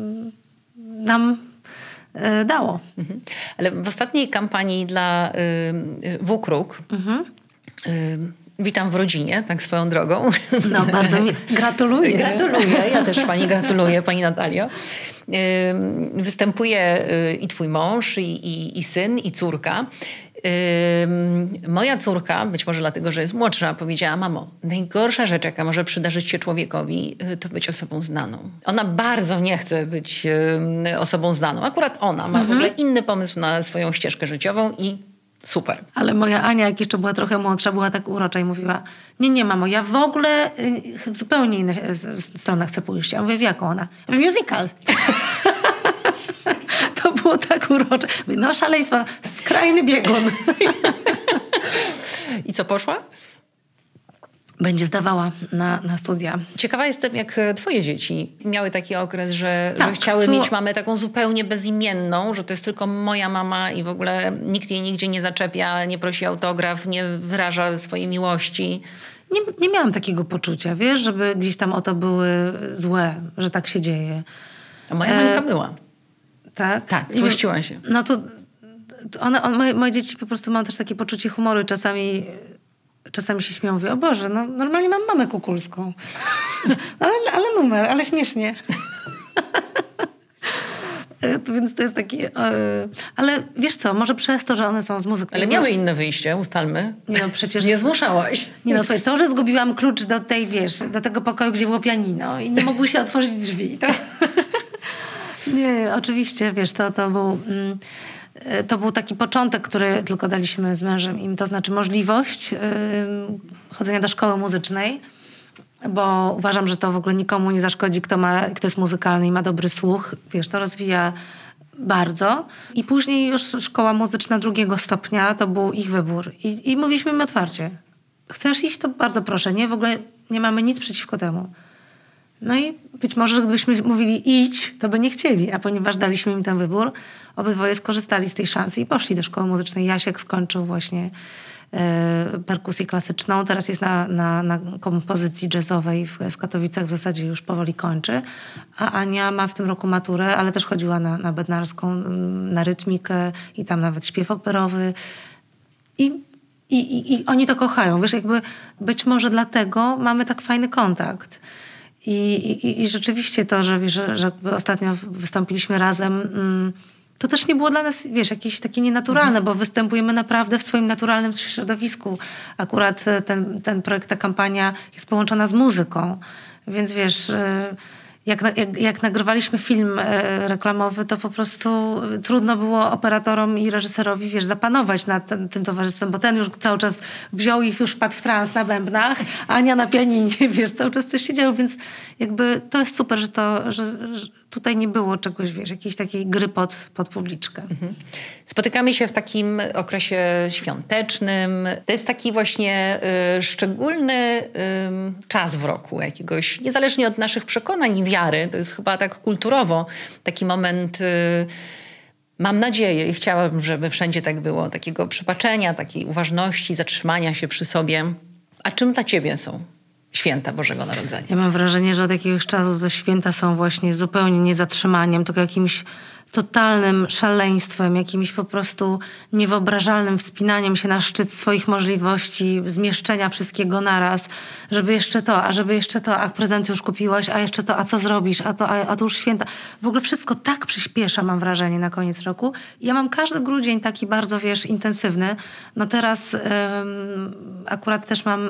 nam dało. Mhm. Ale w ostatniej kampanii dla y, W-Kruk mhm. y, witam w rodzinie, tak swoją drogą. No bardzo mi gratuluję. Gratuluję, ja też pani gratuluję, pani Natalio. Y, występuje y, i twój mąż, i, i, i syn, i córka. Yy, moja córka, być może dlatego, że jest młodsza, powiedziała, mamo, najgorsza rzecz, jaka może przydarzyć się człowiekowi, yy, to być osobą znaną. Ona bardzo nie chce być yy, osobą znaną. Akurat ona ma mhm. w ogóle inny pomysł na swoją ścieżkę życiową i super. Ale moja Ania, jak jeszcze była trochę młodsza, była tak urocza i mówiła, nie, nie mamo, ja w ogóle yy, w zupełnie inną stronę chcę pójść. Ja mówię, w jaką ona? W musical. To było tak urocze. No szaleństwo, skrajny biegun. I co, poszła? będzie zdawała na, na studia. Ciekawa jestem, jak twoje dzieci miały taki okres, że, Tak, że chciały to- mieć mamę taką zupełnie bezimienną, że to jest tylko moja mama i w ogóle nikt jej nigdzie nie zaczepia, nie prosi o autograf, nie wyraża swojej miłości. Nie, nie miałam takiego poczucia, wiesz, żeby gdzieś tam o to były złe, że tak się dzieje. A moja E, Monika była. Tak? Tak, I- złościła się. No to, to one, on, moje, moje dzieci po prostu mają też takie poczucie humoru. Czasami, czasami się śmieją, mówię, o Boże, no normalnie mam mamę kukulską. ale, ale numer, ale śmiesznie. To Więc to jest taki... Yy, ale wiesz co, może przez to, że one są z muzyką. Ale miały inne wyjście, ustalmy. Nie no, przecież... Nie zmuszałaś. Nie no, słuchaj, to, że zgubiłam klucz do tej, wiesz, do tego pokoju, gdzie było pianino i nie mogły się otworzyć drzwi, to... Nie, oczywiście, wiesz, to, to był... Mm, to był taki początek, który tylko daliśmy z mężem im, to znaczy możliwość yy, chodzenia do szkoły muzycznej, bo uważam, że to w ogóle nikomu nie zaszkodzi, kto, ma, kto jest muzykalny i ma dobry słuch. Wiesz, to rozwija bardzo. I później już szkoła muzyczna drugiego stopnia, to był ich wybór. I, i mówiliśmy im otwarcie. Chcesz iść, to bardzo proszę. Nie, w ogóle nie mamy nic przeciwko temu. No i być może gdybyśmy mówili idź, to by nie chcieli. A ponieważ daliśmy im ten wybór, obydwoje skorzystali z tej szansy i poszli do szkoły muzycznej. Jasiek skończył właśnie e, perkusję klasyczną. Teraz jest na, na, na kompozycji jazzowej w, w Katowicach. W zasadzie już powoli kończy. A Ania ma w tym roku maturę, ale też chodziła na, na bednarską, na rytmikę i tam nawet śpiew operowy. I I, i, I oni to kochają. Wiesz, jakby być może dlatego mamy tak fajny kontakt. I, i, i rzeczywiście to, że, wiesz, że, że ostatnio wystąpiliśmy razem, mm, to też nie było dla nas, wiesz, jakieś takie nienaturalne, bo występujemy naprawdę w swoim naturalnym środowisku. Akurat ten, ten projekt, ta kampania jest połączona z muzyką. Więc wiesz... Jak, jak, jak nagrywaliśmy film e, reklamowy, to po prostu trudno było operatorom i reżyserowi, wiesz, zapanować nad ten, tym towarzystwem, bo ten już cały czas wziął ich, już wpadł w trans na bębnach, Ania na pianinie, wiesz, cały czas coś się działo, więc jakby to jest super, że to, że, że tutaj nie było czegoś, wiesz, jakiejś takiej gry pod, pod publiczkę. Mhm. Spotykamy się w takim okresie świątecznym. To jest taki właśnie y, szczególny y, czas w roku jakiegoś, niezależnie od naszych przekonań i wiary. To jest chyba tak kulturowo taki moment, y, mam nadzieję i chciałabym, żeby wszędzie tak było, takiego przebaczenia, takiej uważności, zatrzymania się przy sobie. A czym dla ciebie są święta Bożego Narodzenia? Ja mam wrażenie, że od jakiegoś czasu te święta są właśnie zupełnie nie zatrzymaniem, tylko jakimś totalnym szaleństwem, jakimś po prostu niewyobrażalnym wspinaniem się na szczyt swoich możliwości, zmieszczenia wszystkiego naraz, żeby jeszcze to, a żeby jeszcze to, a prezenty już kupiłaś, a jeszcze to, a co zrobisz, a to, a, a to już święta. W ogóle wszystko tak przyspiesza, mam wrażenie, na koniec roku. I ja mam każdy grudzień taki bardzo, wiesz, intensywny. No teraz ym, akurat też mam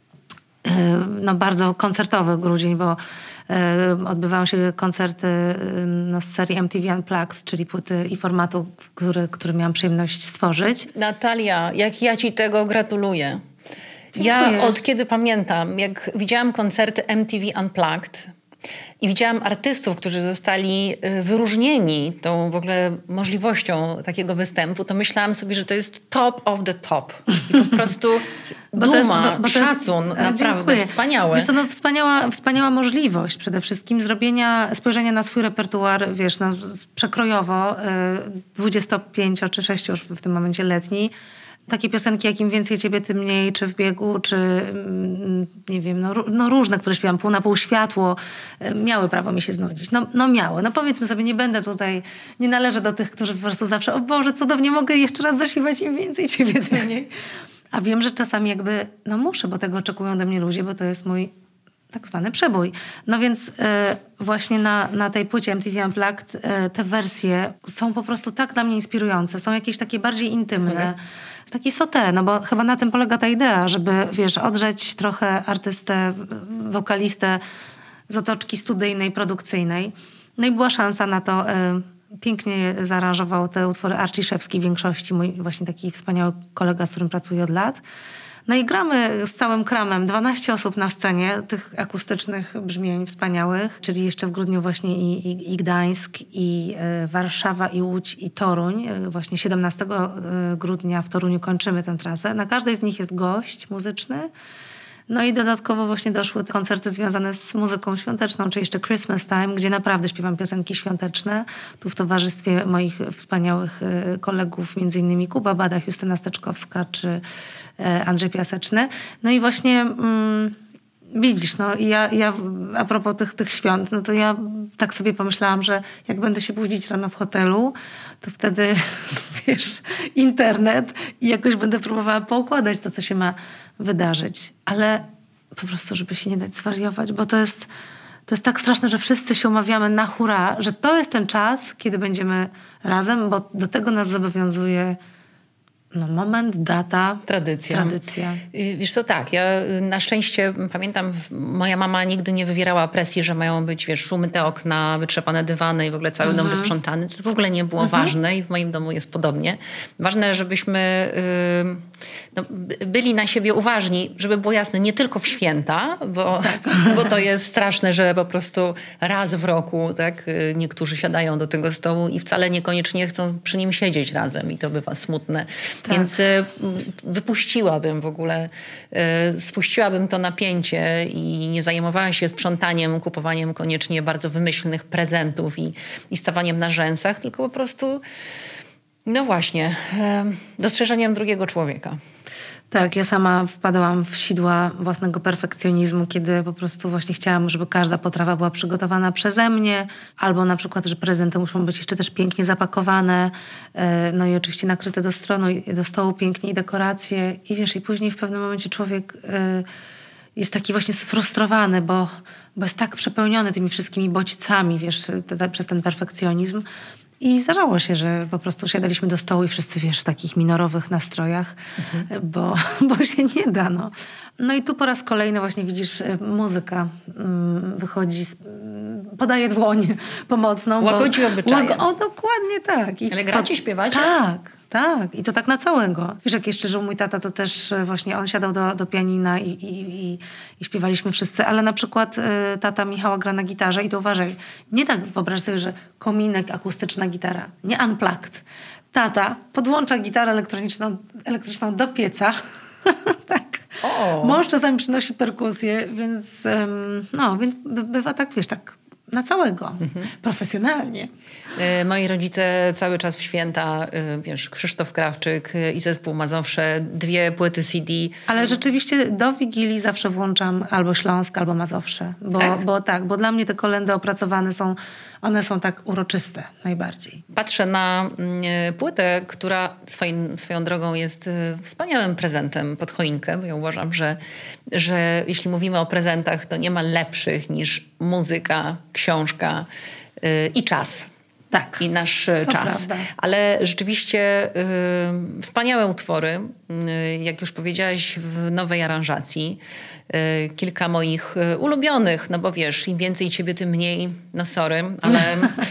no bardzo koncertowy grudzień, bo y, odbywają się koncerty y, no, z serii M T V Unplugged, czyli płyty i formatu, który, który miałam przyjemność stworzyć. Natalia, jak ja ci tego gratuluję. Dziękuję. Ja od kiedy pamiętam, jak widziałam koncerty M T V Unplugged i widziałam artystów, którzy zostali wyróżnieni tą w ogóle możliwością takiego występu, to myślałam sobie, że to jest top of the top. I po prostu Bo to jest- duma, bo- bo to jest- szacun, a, naprawdę dziękuję. wspaniałe. Wiesz co, no, wspaniała, wspaniała możliwość przede wszystkim zrobienia, spojrzenia na swój repertuar, wiesz, no, przekrojowo, y, dwudziestopięcio czy sześcio już w tym momencie letni. Takie piosenki, jak im więcej ciebie, tym mniej, czy w biegu, czy mm, nie wiem, no, ró- no różne, które śpiewam, pół na pół światło, y, miały prawo mi się znudzić. No, no miały. No powiedzmy sobie, nie będę tutaj, nie należę do tych, którzy po prostu zawsze, o Boże, cudownie, mogę jeszcze raz zaśpiewać, im więcej ciebie, tym mniej. A wiem, że czasami jakby, no muszę, bo tego oczekują ode mnie ludzie, bo to jest mój tak zwany przebój. No więc e, właśnie na, na tej płycie M T V Unplugged e, te wersje są po prostu tak dla mnie inspirujące. Są jakieś takie bardziej intymne. Okay. Takie sauté, no bo chyba na tym polega ta idea, żeby, wiesz, odrzeć trochę artystę, wokalistę z otoczki studyjnej, produkcyjnej. No i była szansa na to. E, Pięknie zaaranżował te utwory Arciszewski w większości, mój właśnie taki wspaniały kolega, z którym pracuję od lat. No i gramy z całym kramem, dwanaście osób na scenie, tych akustycznych brzmień wspaniałych, czyli jeszcze w grudniu właśnie i, i, i Gdańsk, i y, Warszawa, i Łódź, i Toruń. Y, właśnie siedemnastego grudnia w Toruniu kończymy tę trasę. Na każdej z nich jest gość muzyczny. No i dodatkowo właśnie doszły koncerty związane z muzyką świąteczną, czy jeszcze Christmas Time, gdzie naprawdę śpiewam piosenki świąteczne. Tu w towarzystwie moich wspaniałych kolegów, między innymi Kuba Bada, Justyna Steczkowska czy Andrzej Piaseczny. No i właśnie... Mm, Widzisz, no i ja, ja a propos tych, tych świąt, no to ja tak sobie pomyślałam, że jak będę się budzić rano w hotelu, to wtedy, wiesz, internet i jakoś będę próbowała poukładać to, co się ma wydarzyć. Ale po prostu, żeby się nie dać zwariować, bo to jest, to jest tak straszne, że wszyscy się umawiamy na hura, że to jest ten czas, kiedy będziemy razem, bo do tego nas zobowiązuje no moment, data, tradycja. tradycja. Wiesz co, tak, ja na szczęście pamiętam, moja mama nigdy nie wywierała presji, że mają być, wiesz, umyte okna, wytrzepane dywany i w ogóle cały mhm. dom wysprzątany. To w ogóle nie było mhm. ważne i w moim domu jest podobnie. Ważne, żebyśmy yy, no, byli na siebie uważni, żeby było jasne, nie tylko w święta, bo, tak. bo to jest straszne, że po prostu raz w roku tak, niektórzy siadają do tego stołu i wcale niekoniecznie chcą przy nim siedzieć razem i to bywa smutne. Tak. Więc y, wypuściłabym w ogóle, y, spuściłabym to napięcie i nie zajmowała się sprzątaniem, kupowaniem koniecznie bardzo wymyślnych prezentów i, i stawaniem na rzęsach, tylko po prostu, no właśnie, y, dostrzeżeniem drugiego człowieka. Tak, ja sama wpadałam w sidła własnego perfekcjonizmu, kiedy po prostu właśnie chciałam, żeby każda potrawa była przygotowana przeze mnie, albo na przykład, że prezenty muszą być jeszcze też pięknie zapakowane, no i oczywiście nakryte do, stronu, do stołu pięknie i dekoracje. I wiesz, i później w pewnym momencie człowiek jest taki właśnie sfrustrowany, bo, bo jest tak przepełniony tymi wszystkimi bodźcami, wiesz, te, te, przez ten perfekcjonizm. I zdarzało się, że po prostu siadaliśmy do stołu i wszyscy, wiesz, w takich minorowych nastrojach, mhm. bo, bo się nie da, no. No i tu po raz kolejny właśnie widzisz, muzyka um, wychodzi, z, um, podaje dłoń pomocną. Łagodzi bo, obyczaje. Łago, o, dokładnie tak. I Ale gracie, po, śpiewacie? Tak. Tak, i to tak na całego. Wiesz, jak jeszcze żył mój tata, to też właśnie on siadał do, do pianina i, i, i, i śpiewaliśmy wszyscy, ale na przykład y, tata Michała gra na gitarze i to uważaj, nie tak wyobraź sobie, że kominek, akustyczna gitara, nie unplugged. Tata podłącza gitarę elektroniczną, elektryczną do pieca, tak. O. Mąż czasami przynosi perkusję, więc ym, no, więc bywa tak, wiesz, tak na całego, mhm. profesjonalnie. Y, moi rodzice cały czas w święta, y, wiesz, Krzysztof Krawczyk y, i zespół Mazowsze, dwie płyty C D. Ale rzeczywiście do Wigilii zawsze włączam albo Śląsk, albo Mazowsze. Bo tak, bo, tak, bo dla mnie te kolędy opracowane są, one są tak uroczyste najbardziej. Patrzę na y, płytę, która swoim, swoją drogą jest y, wspaniałym prezentem pod choinkę, bo ja uważam, że, że jeśli mówimy o prezentach, to nie ma lepszych niż muzyka, książka y, i czas. Tak. I nasz to czas. Prawda. Ale rzeczywiście y, wspaniałe utwory, y, jak już powiedziałaś, w nowej aranżacji. Y, kilka moich y, ulubionych, no bo wiesz, im więcej ciebie, tym mniej, no sorry, ale...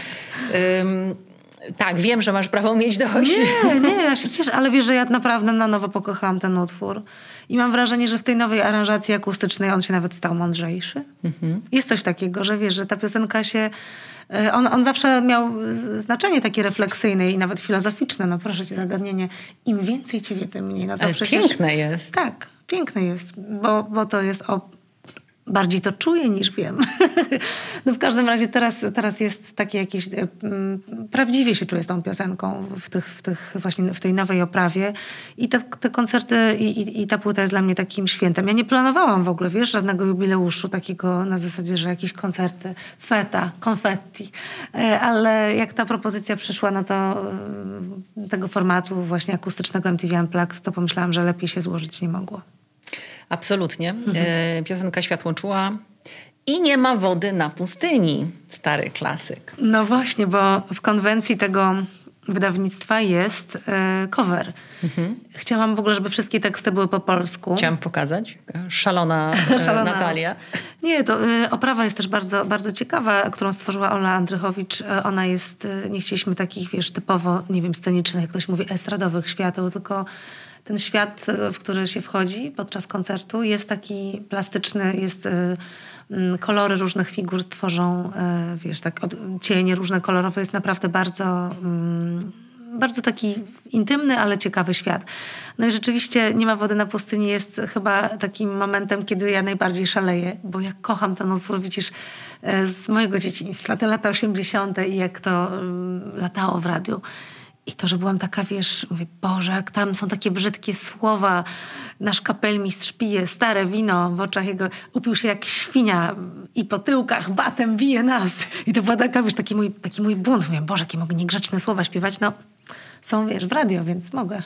y, tak, wiem, że masz prawo mieć dość. Nie, nie, ja się cieszę, ale wiesz, że ja naprawdę na nowo pokochałam ten utwór. I mam wrażenie, że w tej nowej aranżacji akustycznej on się nawet stał mądrzejszy. Mhm. Jest coś takiego, że wiesz, że ta piosenka się... On, on zawsze miał znaczenie takie refleksyjne i nawet filozoficzne. No proszę cię, zagadnienie. Im więcej ciebie, tym mniej. No to ale przecież... piękne jest. Tak, piękne jest, bo, bo to jest o... Bardziej to czuję niż wiem. No w każdym razie teraz, teraz jest takie jakieś... Um, prawdziwie się czuję z tą piosenką w, tych, w, tych właśnie w tej nowej oprawie. I te, te koncerty i, i, i ta płyta jest dla mnie takim świętem. Ja nie planowałam w ogóle, wiesz, żadnego jubileuszu takiego na zasadzie, że jakieś koncerty, feta, konfetti. Ale jak ta propozycja przyszła, no to tego formatu właśnie akustycznego M T V Unplugged, to pomyślałam, że lepiej się złożyć nie mogło. Absolutnie. Mhm. E, piosenka Światło czuła. I nie ma wody na pustyni. Stary klasyk. No właśnie, bo w konwencji tego wydawnictwa jest e, cover. Mhm. Chciałam w ogóle, żeby wszystkie teksty były po polsku. Chciałam pokazać. Szalona, Szalona. Natalia. Nie, to e, oprawa jest też bardzo, bardzo ciekawa, którą stworzyła Ola Andrychowicz. E, ona jest, e, nie chcieliśmy takich, wiesz, typowo, nie wiem, scenicznych, jak ktoś mówi, estradowych świateł, tylko ten świat, w który się wchodzi podczas koncertu, jest taki plastyczny, jest y, y, kolory różnych figur tworzą, y, wiesz, tak od, cienie różne kolorowe, jest naprawdę bardzo, y, bardzo taki intymny, ale ciekawy świat. No i rzeczywiście Nie ma wody na pustyni jest chyba takim momentem, kiedy ja najbardziej szaleję, bo ja kocham ten utwór, widzisz, z mojego dzieciństwa, te lata osiemdziesiąte i jak to um, latało w radiu. I to, że byłam taka, wiesz, mówię, Boże, jak tam są takie brzydkie słowa, nasz kapelmistrz pije stare wino, w oczach jego upił się jak świnia i po tyłkach batem bije nas. I to była taka, wiesz, taki mój, taki mój bunt. Mówię, Boże, jakie mogę niegrzeczne słowa śpiewać. No, są, wiesz, w radio, więc mogę.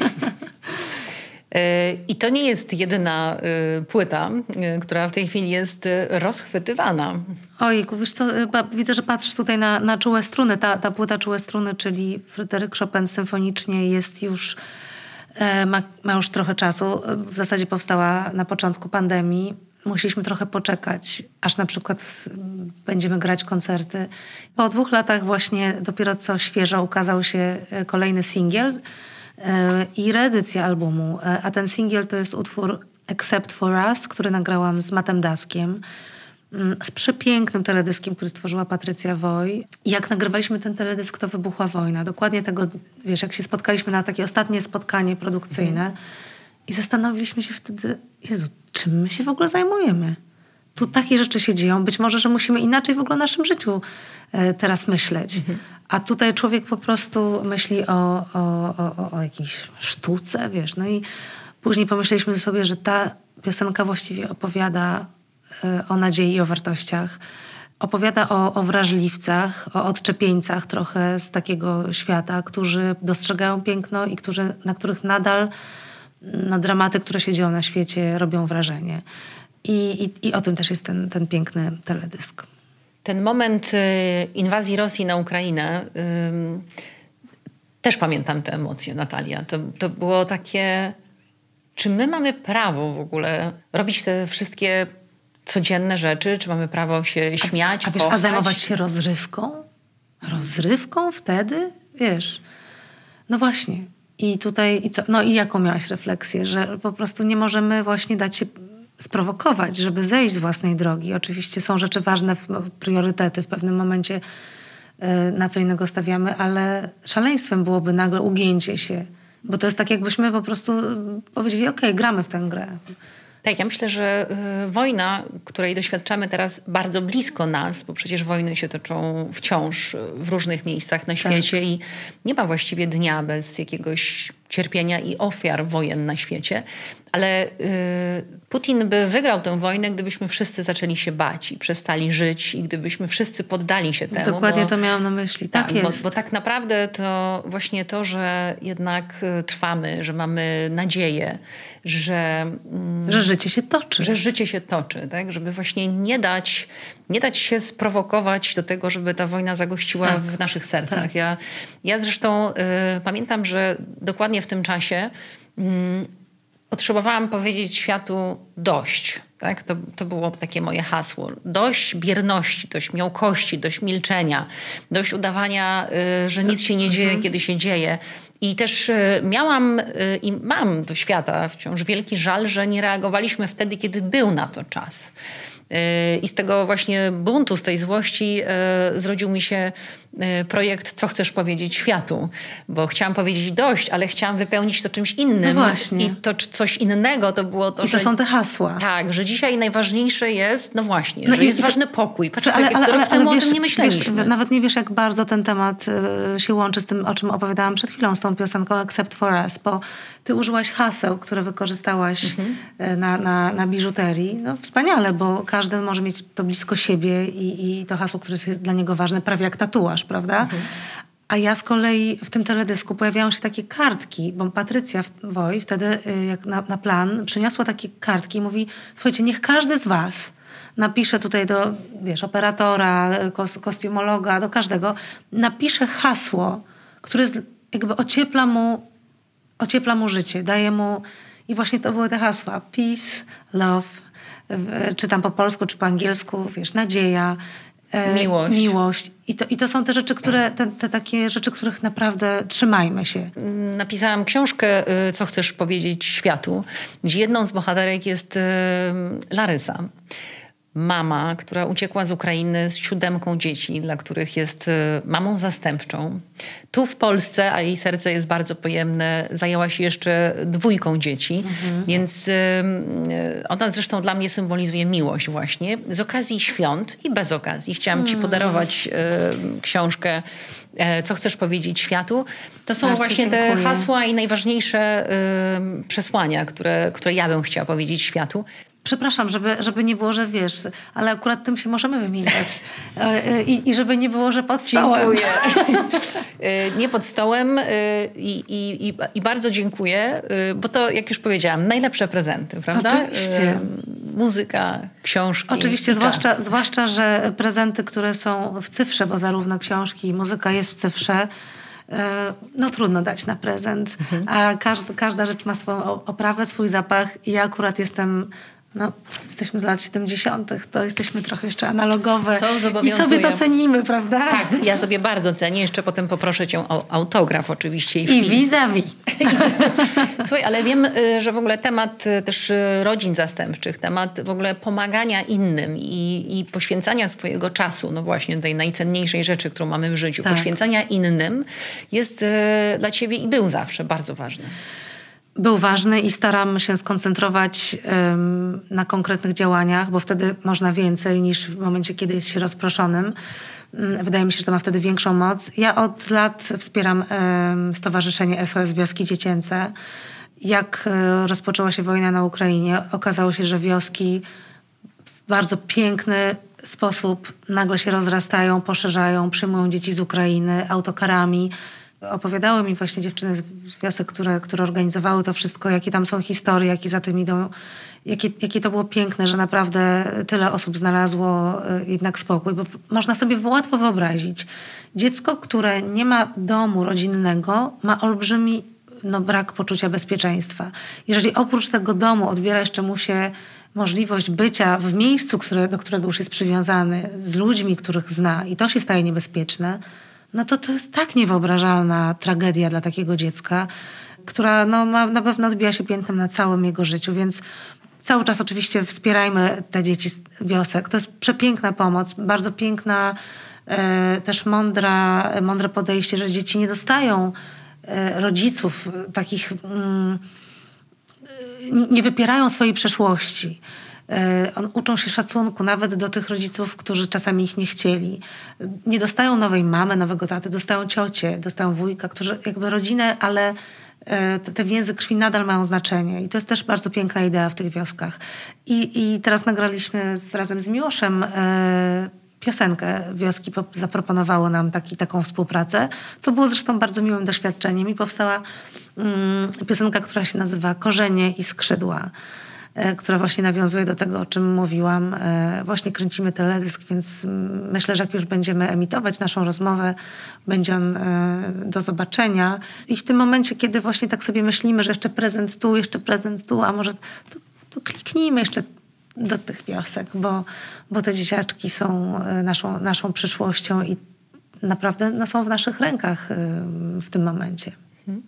I to nie jest jedyna płyta, która w tej chwili jest rozchwytywana. Ojku, wiesz co, widzę, że patrzysz tutaj na, na Czułe struny. Ta, ta płyta Czułe struny, czyli Fryderyk Chopin symfonicznie jest już, ma, ma już trochę czasu. W zasadzie powstała na początku pandemii. Musieliśmy trochę poczekać, aż na przykład będziemy grać koncerty. Po dwóch latach właśnie dopiero co świeżo ukazał się kolejny singiel i reedycja albumu. A ten singiel to jest utwór Except for Us, który nagrałam z Mattem Daskiem, z przepięknym teledyskiem, który stworzyła Patrycja Woj. I jak nagrywaliśmy ten teledysk, to wybuchła wojna. Dokładnie tego, wiesz, jak się spotkaliśmy na takie ostatnie spotkanie produkcyjne mm. i zastanowiliśmy się wtedy, Jezu, czym my się w ogóle zajmujemy? Tu takie rzeczy się dzieją. Być może, że musimy inaczej w ogóle o naszym życiu e, teraz myśleć. Mhm. A tutaj człowiek po prostu myśli o, o, o, o jakiejś sztuce, wiesz. No i później pomyśleliśmy sobie, że ta piosenka właściwie opowiada e, o nadziei i o wartościach. Opowiada o, o wrażliwcach, o odczepieńcach trochę z takiego świata, którzy dostrzegają piękno i którzy, na których nadal no, dramaty, które się dzieją na świecie, robią wrażenie. I, i, i o tym też jest ten, ten piękny teledysk. Ten moment y, inwazji Rosji na Ukrainę, y, też pamiętam te emocje, Natalia. To, to było takie, czy my mamy prawo w ogóle robić te wszystkie codzienne rzeczy? Czy mamy prawo się śmiać, A, a, wiesz, a zajmować się rozrywką? Rozrywką wtedy? Wiesz, no właśnie. I tutaj, i co? No i jaką miałaś refleksję? Że po prostu nie możemy właśnie dać się sprowokować, żeby zejść z własnej drogi. Oczywiście są rzeczy ważne, priorytety w pewnym momencie, na co innego stawiamy, ale szaleństwem byłoby nagle ugięcie się. Bo to jest tak, jakbyśmy po prostu powiedzieli, okej, okay, gramy w tę grę. Tak, ja myślę, że y, wojna, której doświadczamy teraz bardzo blisko nas, bo przecież wojny się toczą wciąż w różnych miejscach na świecie tak. i nie ma właściwie dnia bez jakiegoś cierpienia i ofiar wojen na świecie. Ale y, Putin by wygrał tę wojnę, gdybyśmy wszyscy zaczęli się bać i przestali żyć i gdybyśmy wszyscy poddali się temu. Dokładnie bo, to miałam na myśli. Tak, tak jest. Bo, bo tak naprawdę to właśnie to, że jednak trwamy, że mamy nadzieję, że... Mm, że życie się toczy. Że życie się toczy, tak? Żeby właśnie nie dać, nie dać się sprowokować do tego, żeby ta wojna zagościła tak. w naszych sercach. Tak. Ja, ja zresztą y, pamiętam, że dokładnie w tym czasie y, potrzebowałam powiedzieć światu dość. Tak? To, to było takie moje hasło. Dość bierności, dość miałkości, dość milczenia, dość udawania, y, że nic się nie dzieje, mhm. kiedy się dzieje. I też y, miałam y, i mam do świata wciąż wielki żal, że nie reagowaliśmy wtedy, kiedy był na to czas. I z tego właśnie buntu, z tej złości e, zrodził mi się e, projekt Co chcesz powiedzieć światu? Bo chciałam powiedzieć dość, ale chciałam wypełnić to czymś innym. No właśnie. I to coś innego to było to, I to że... są te hasła. Tak, że dzisiaj najważniejsze jest, no właśnie, no że i, jest i ważny pokój. Patrz, ale, tak, ale, ale, temu ale o wiesz, tym nie myśleliśmy. Wiesz, nawet nie wiesz, jak bardzo ten temat y, się łączy z tym, o czym opowiadałam przed chwilą, z tą piosenką Except for Us, bo ty użyłaś haseł, które wykorzystałaś mhm. y, na, na, na biżuterii. No wspaniale, bo każdy może mieć to blisko siebie i, i to hasło, które jest dla niego ważne, prawie jak tatuaż, prawda? Mhm. A ja z kolei w tym teledysku pojawiają się takie kartki, bo Patrycja Woj wtedy jak na, na plan przyniosła takie kartki i mówi, słuchajcie, niech każdy z was napisze tutaj do, wiesz, operatora, kos, kostiumologa, do każdego, napisze hasło, które jakby ociepla mu, ociepla mu życie, daje mu... I właśnie to były te hasła. Peace, love, czy tam po polsku, czy po angielsku, wiesz, nadzieja, miłość. miłość. I to, I to są te rzeczy, które, te, te takie rzeczy, których naprawdę trzymajmy się. Napisałam książkę Co chcesz powiedzieć światu, gdzie jedną z bohaterek jest Larysa. mama, która uciekła z Ukrainy z siódemką dzieci, dla których jest mamą zastępczą. Tu w Polsce, a jej serce jest bardzo pojemne, zajęła się jeszcze dwójką dzieci, mhm. więc y, ona zresztą dla mnie symbolizuje miłość właśnie. Z okazji świąt i bez okazji chciałam mhm. ci podarować y, książkę y, Co chcesz powiedzieć światu. To są bardzo właśnie dziękuję. Te hasła i najważniejsze y, przesłania, które, które ja bym chciała powiedzieć światu. Przepraszam, żeby, żeby nie było, że wiesz, ale akurat tym się możemy wymieniać. I, i żeby nie było, że pod stołem. Dziękuję. Nie pod stołem i, i, i bardzo dziękuję, bo to, jak już powiedziałam, najlepsze prezenty, prawda? Oczywiście. Muzyka, książki. Oczywiście, zwłaszcza, zwłaszcza, że prezenty, które są w cyfrze, bo zarówno książki i muzyka jest w cyfrze, no trudno dać na prezent. Mhm. A każda, każda rzecz ma swoją oprawę, swój zapach i ja akurat jestem... No, jesteśmy z lat siedemdziesiątych, to jesteśmy trochę jeszcze analogowe to i sobie to cenimy, prawda? Tak, ja sobie bardzo cenię. Jeszcze potem poproszę cię o autograf oczywiście. I, I vis-a-vis. Słuchaj, ale wiem, że w ogóle temat też rodzin zastępczych, temat w ogóle pomagania innym i, i poświęcania swojego czasu, no właśnie tej najcenniejszej rzeczy, którą mamy w życiu, tak. poświęcania innym jest dla ciebie i był zawsze bardzo ważny. Był ważny i staram się skoncentrować um, na konkretnych działaniach, bo wtedy można więcej niż w momencie, kiedy jest się rozproszonym. Um, wydaje mi się, że to ma wtedy większą moc. Ja od lat wspieram um, Stowarzyszenie S O S Wioski Dziecięce. Jak um, rozpoczęła się wojna na Ukrainie, okazało się, że wioski w bardzo piękny sposób nagle się rozrastają, poszerzają, przyjmują dzieci z Ukrainy autokarami. Opowiadały mi właśnie dziewczyny z wiosek, które, które organizowały to wszystko, jakie tam są historie, jakie za tym idą, jakie, jakie to było piękne, że naprawdę tyle osób znalazło jednak spokój. Bo można sobie łatwo wyobrazić, dziecko, które nie ma domu rodzinnego, ma olbrzymi no, brak poczucia bezpieczeństwa. Jeżeli oprócz tego domu odbiera jeszcze mu się możliwość bycia w miejscu, które, do którego już jest przywiązany, z ludźmi, których zna i to się staje niebezpieczne, no to to jest tak niewyobrażalna tragedia dla takiego dziecka, która no, ma, na pewno odbija się piętnem na całym jego życiu, więc cały czas oczywiście wspierajmy te dzieci z wiosek. To jest przepiękna pomoc, bardzo piękna, e, też mądra, mądre podejście, że dzieci nie dostają e, rodziców takich, mm, nie wypierają swojej przeszłości. On, uczą się szacunku nawet do tych rodziców, którzy czasami ich nie chcieli. Nie dostają nowej mamy, nowego taty, dostają ciocię, dostają wujka, którzy jakby rodzinę, ale te, te więzy krwi nadal mają znaczenie. I to jest też bardzo piękna idea w tych wioskach. I, i teraz nagraliśmy z, razem z Miłoszem e, piosenkę. Wioski pop- zaproponowało nam taki, taką współpracę, co było zresztą bardzo miłym doświadczeniem. I powstała mm, piosenka, która się nazywa Korzenie i skrzydła, która właśnie nawiązuje do tego, o czym mówiłam. Właśnie kręcimy teledysk, więc myślę, że jak już będziemy emitować naszą rozmowę, będzie on do zobaczenia. I w tym momencie, kiedy właśnie tak sobie myślimy, że jeszcze prezent tu, jeszcze prezent tu, a może to, to kliknijmy jeszcze do tych wiosek, bo, bo te dzieciaczki są naszą, naszą przyszłością i naprawdę no, są w naszych rękach w tym momencie. Mhm.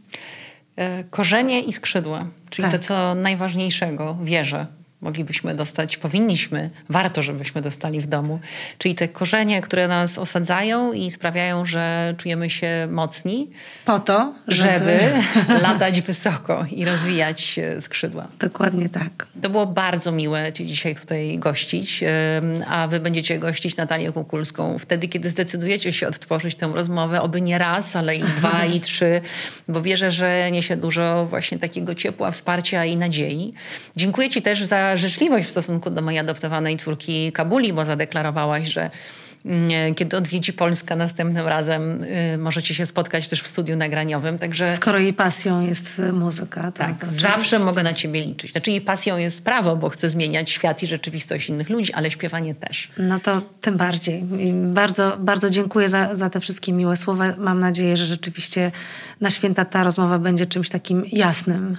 Korzenie i skrzydła, czyli tak. to, co najważniejszego, wierzę, moglibyśmy dostać, powinniśmy, warto, żebyśmy dostali w domu. Czyli te korzenie, które nas osadzają i sprawiają, że czujemy się mocni. Po to, żeby, żeby latać wysoko i rozwijać skrzydła. Dokładnie tak. To było bardzo miłe Cię dzisiaj tutaj gościć, a Wy będziecie gościć Natalię Kukulską wtedy, kiedy zdecydujecie się odtworzyć tę rozmowę, oby nie raz, ale i dwa, i trzy, bo wierzę, że niesie dużo właśnie takiego ciepła, wsparcia i nadziei. Dziękuję Ci też za życzliwość w stosunku do mojej adoptowanej córki Kabuli, bo zadeklarowałaś, że kiedy odwiedzi Polska następnym razem, y, możecie się spotkać też w studiu nagraniowym. Także skoro jej pasją jest muzyka. To tak, to zawsze mogę na ciebie liczyć. Znaczy jej pasją jest prawo, bo chcę zmieniać świat i rzeczywistość innych ludzi, ale śpiewanie też. No to tym bardziej. I bardzo, bardzo dziękuję za, za te wszystkie miłe słowa. Mam nadzieję, że rzeczywiście na święta ta rozmowa będzie czymś takim jasnym.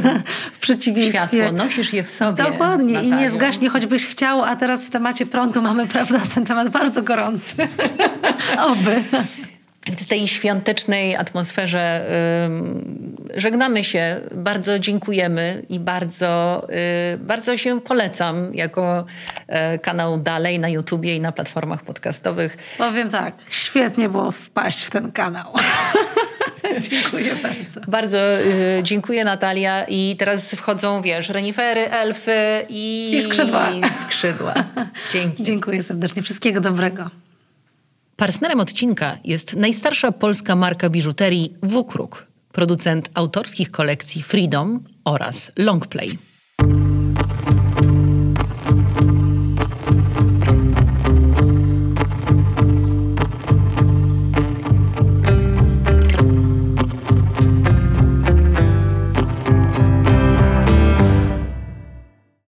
W przeciwieństwie... Światło, nosisz je w sobie. Dokładnie. Natalią. I nie zgaśnie, choćbyś chciał, a teraz w temacie prądu mamy, prawda, ten temat bardzo gorący. Oby. W tej świątecznej atmosferze żegnamy się, bardzo dziękujemy i bardzo, y, bardzo się polecam jako y, kanał dalej na YouTubie i na platformach podcastowych. Powiem tak, świetnie było wpaść w ten kanał. Dziękuję bardzo. Bardzo y, dziękuję, Natalia. I teraz wchodzą, wiesz, renifery, elfy i, I skrzydła. I skrzydła. Dzięki. Dziękuję serdecznie. Wszystkiego dobrego. Partnerem odcinka jest najstarsza polska marka biżuterii W-Kruk, producent autorskich kolekcji Freedom oraz Longplay.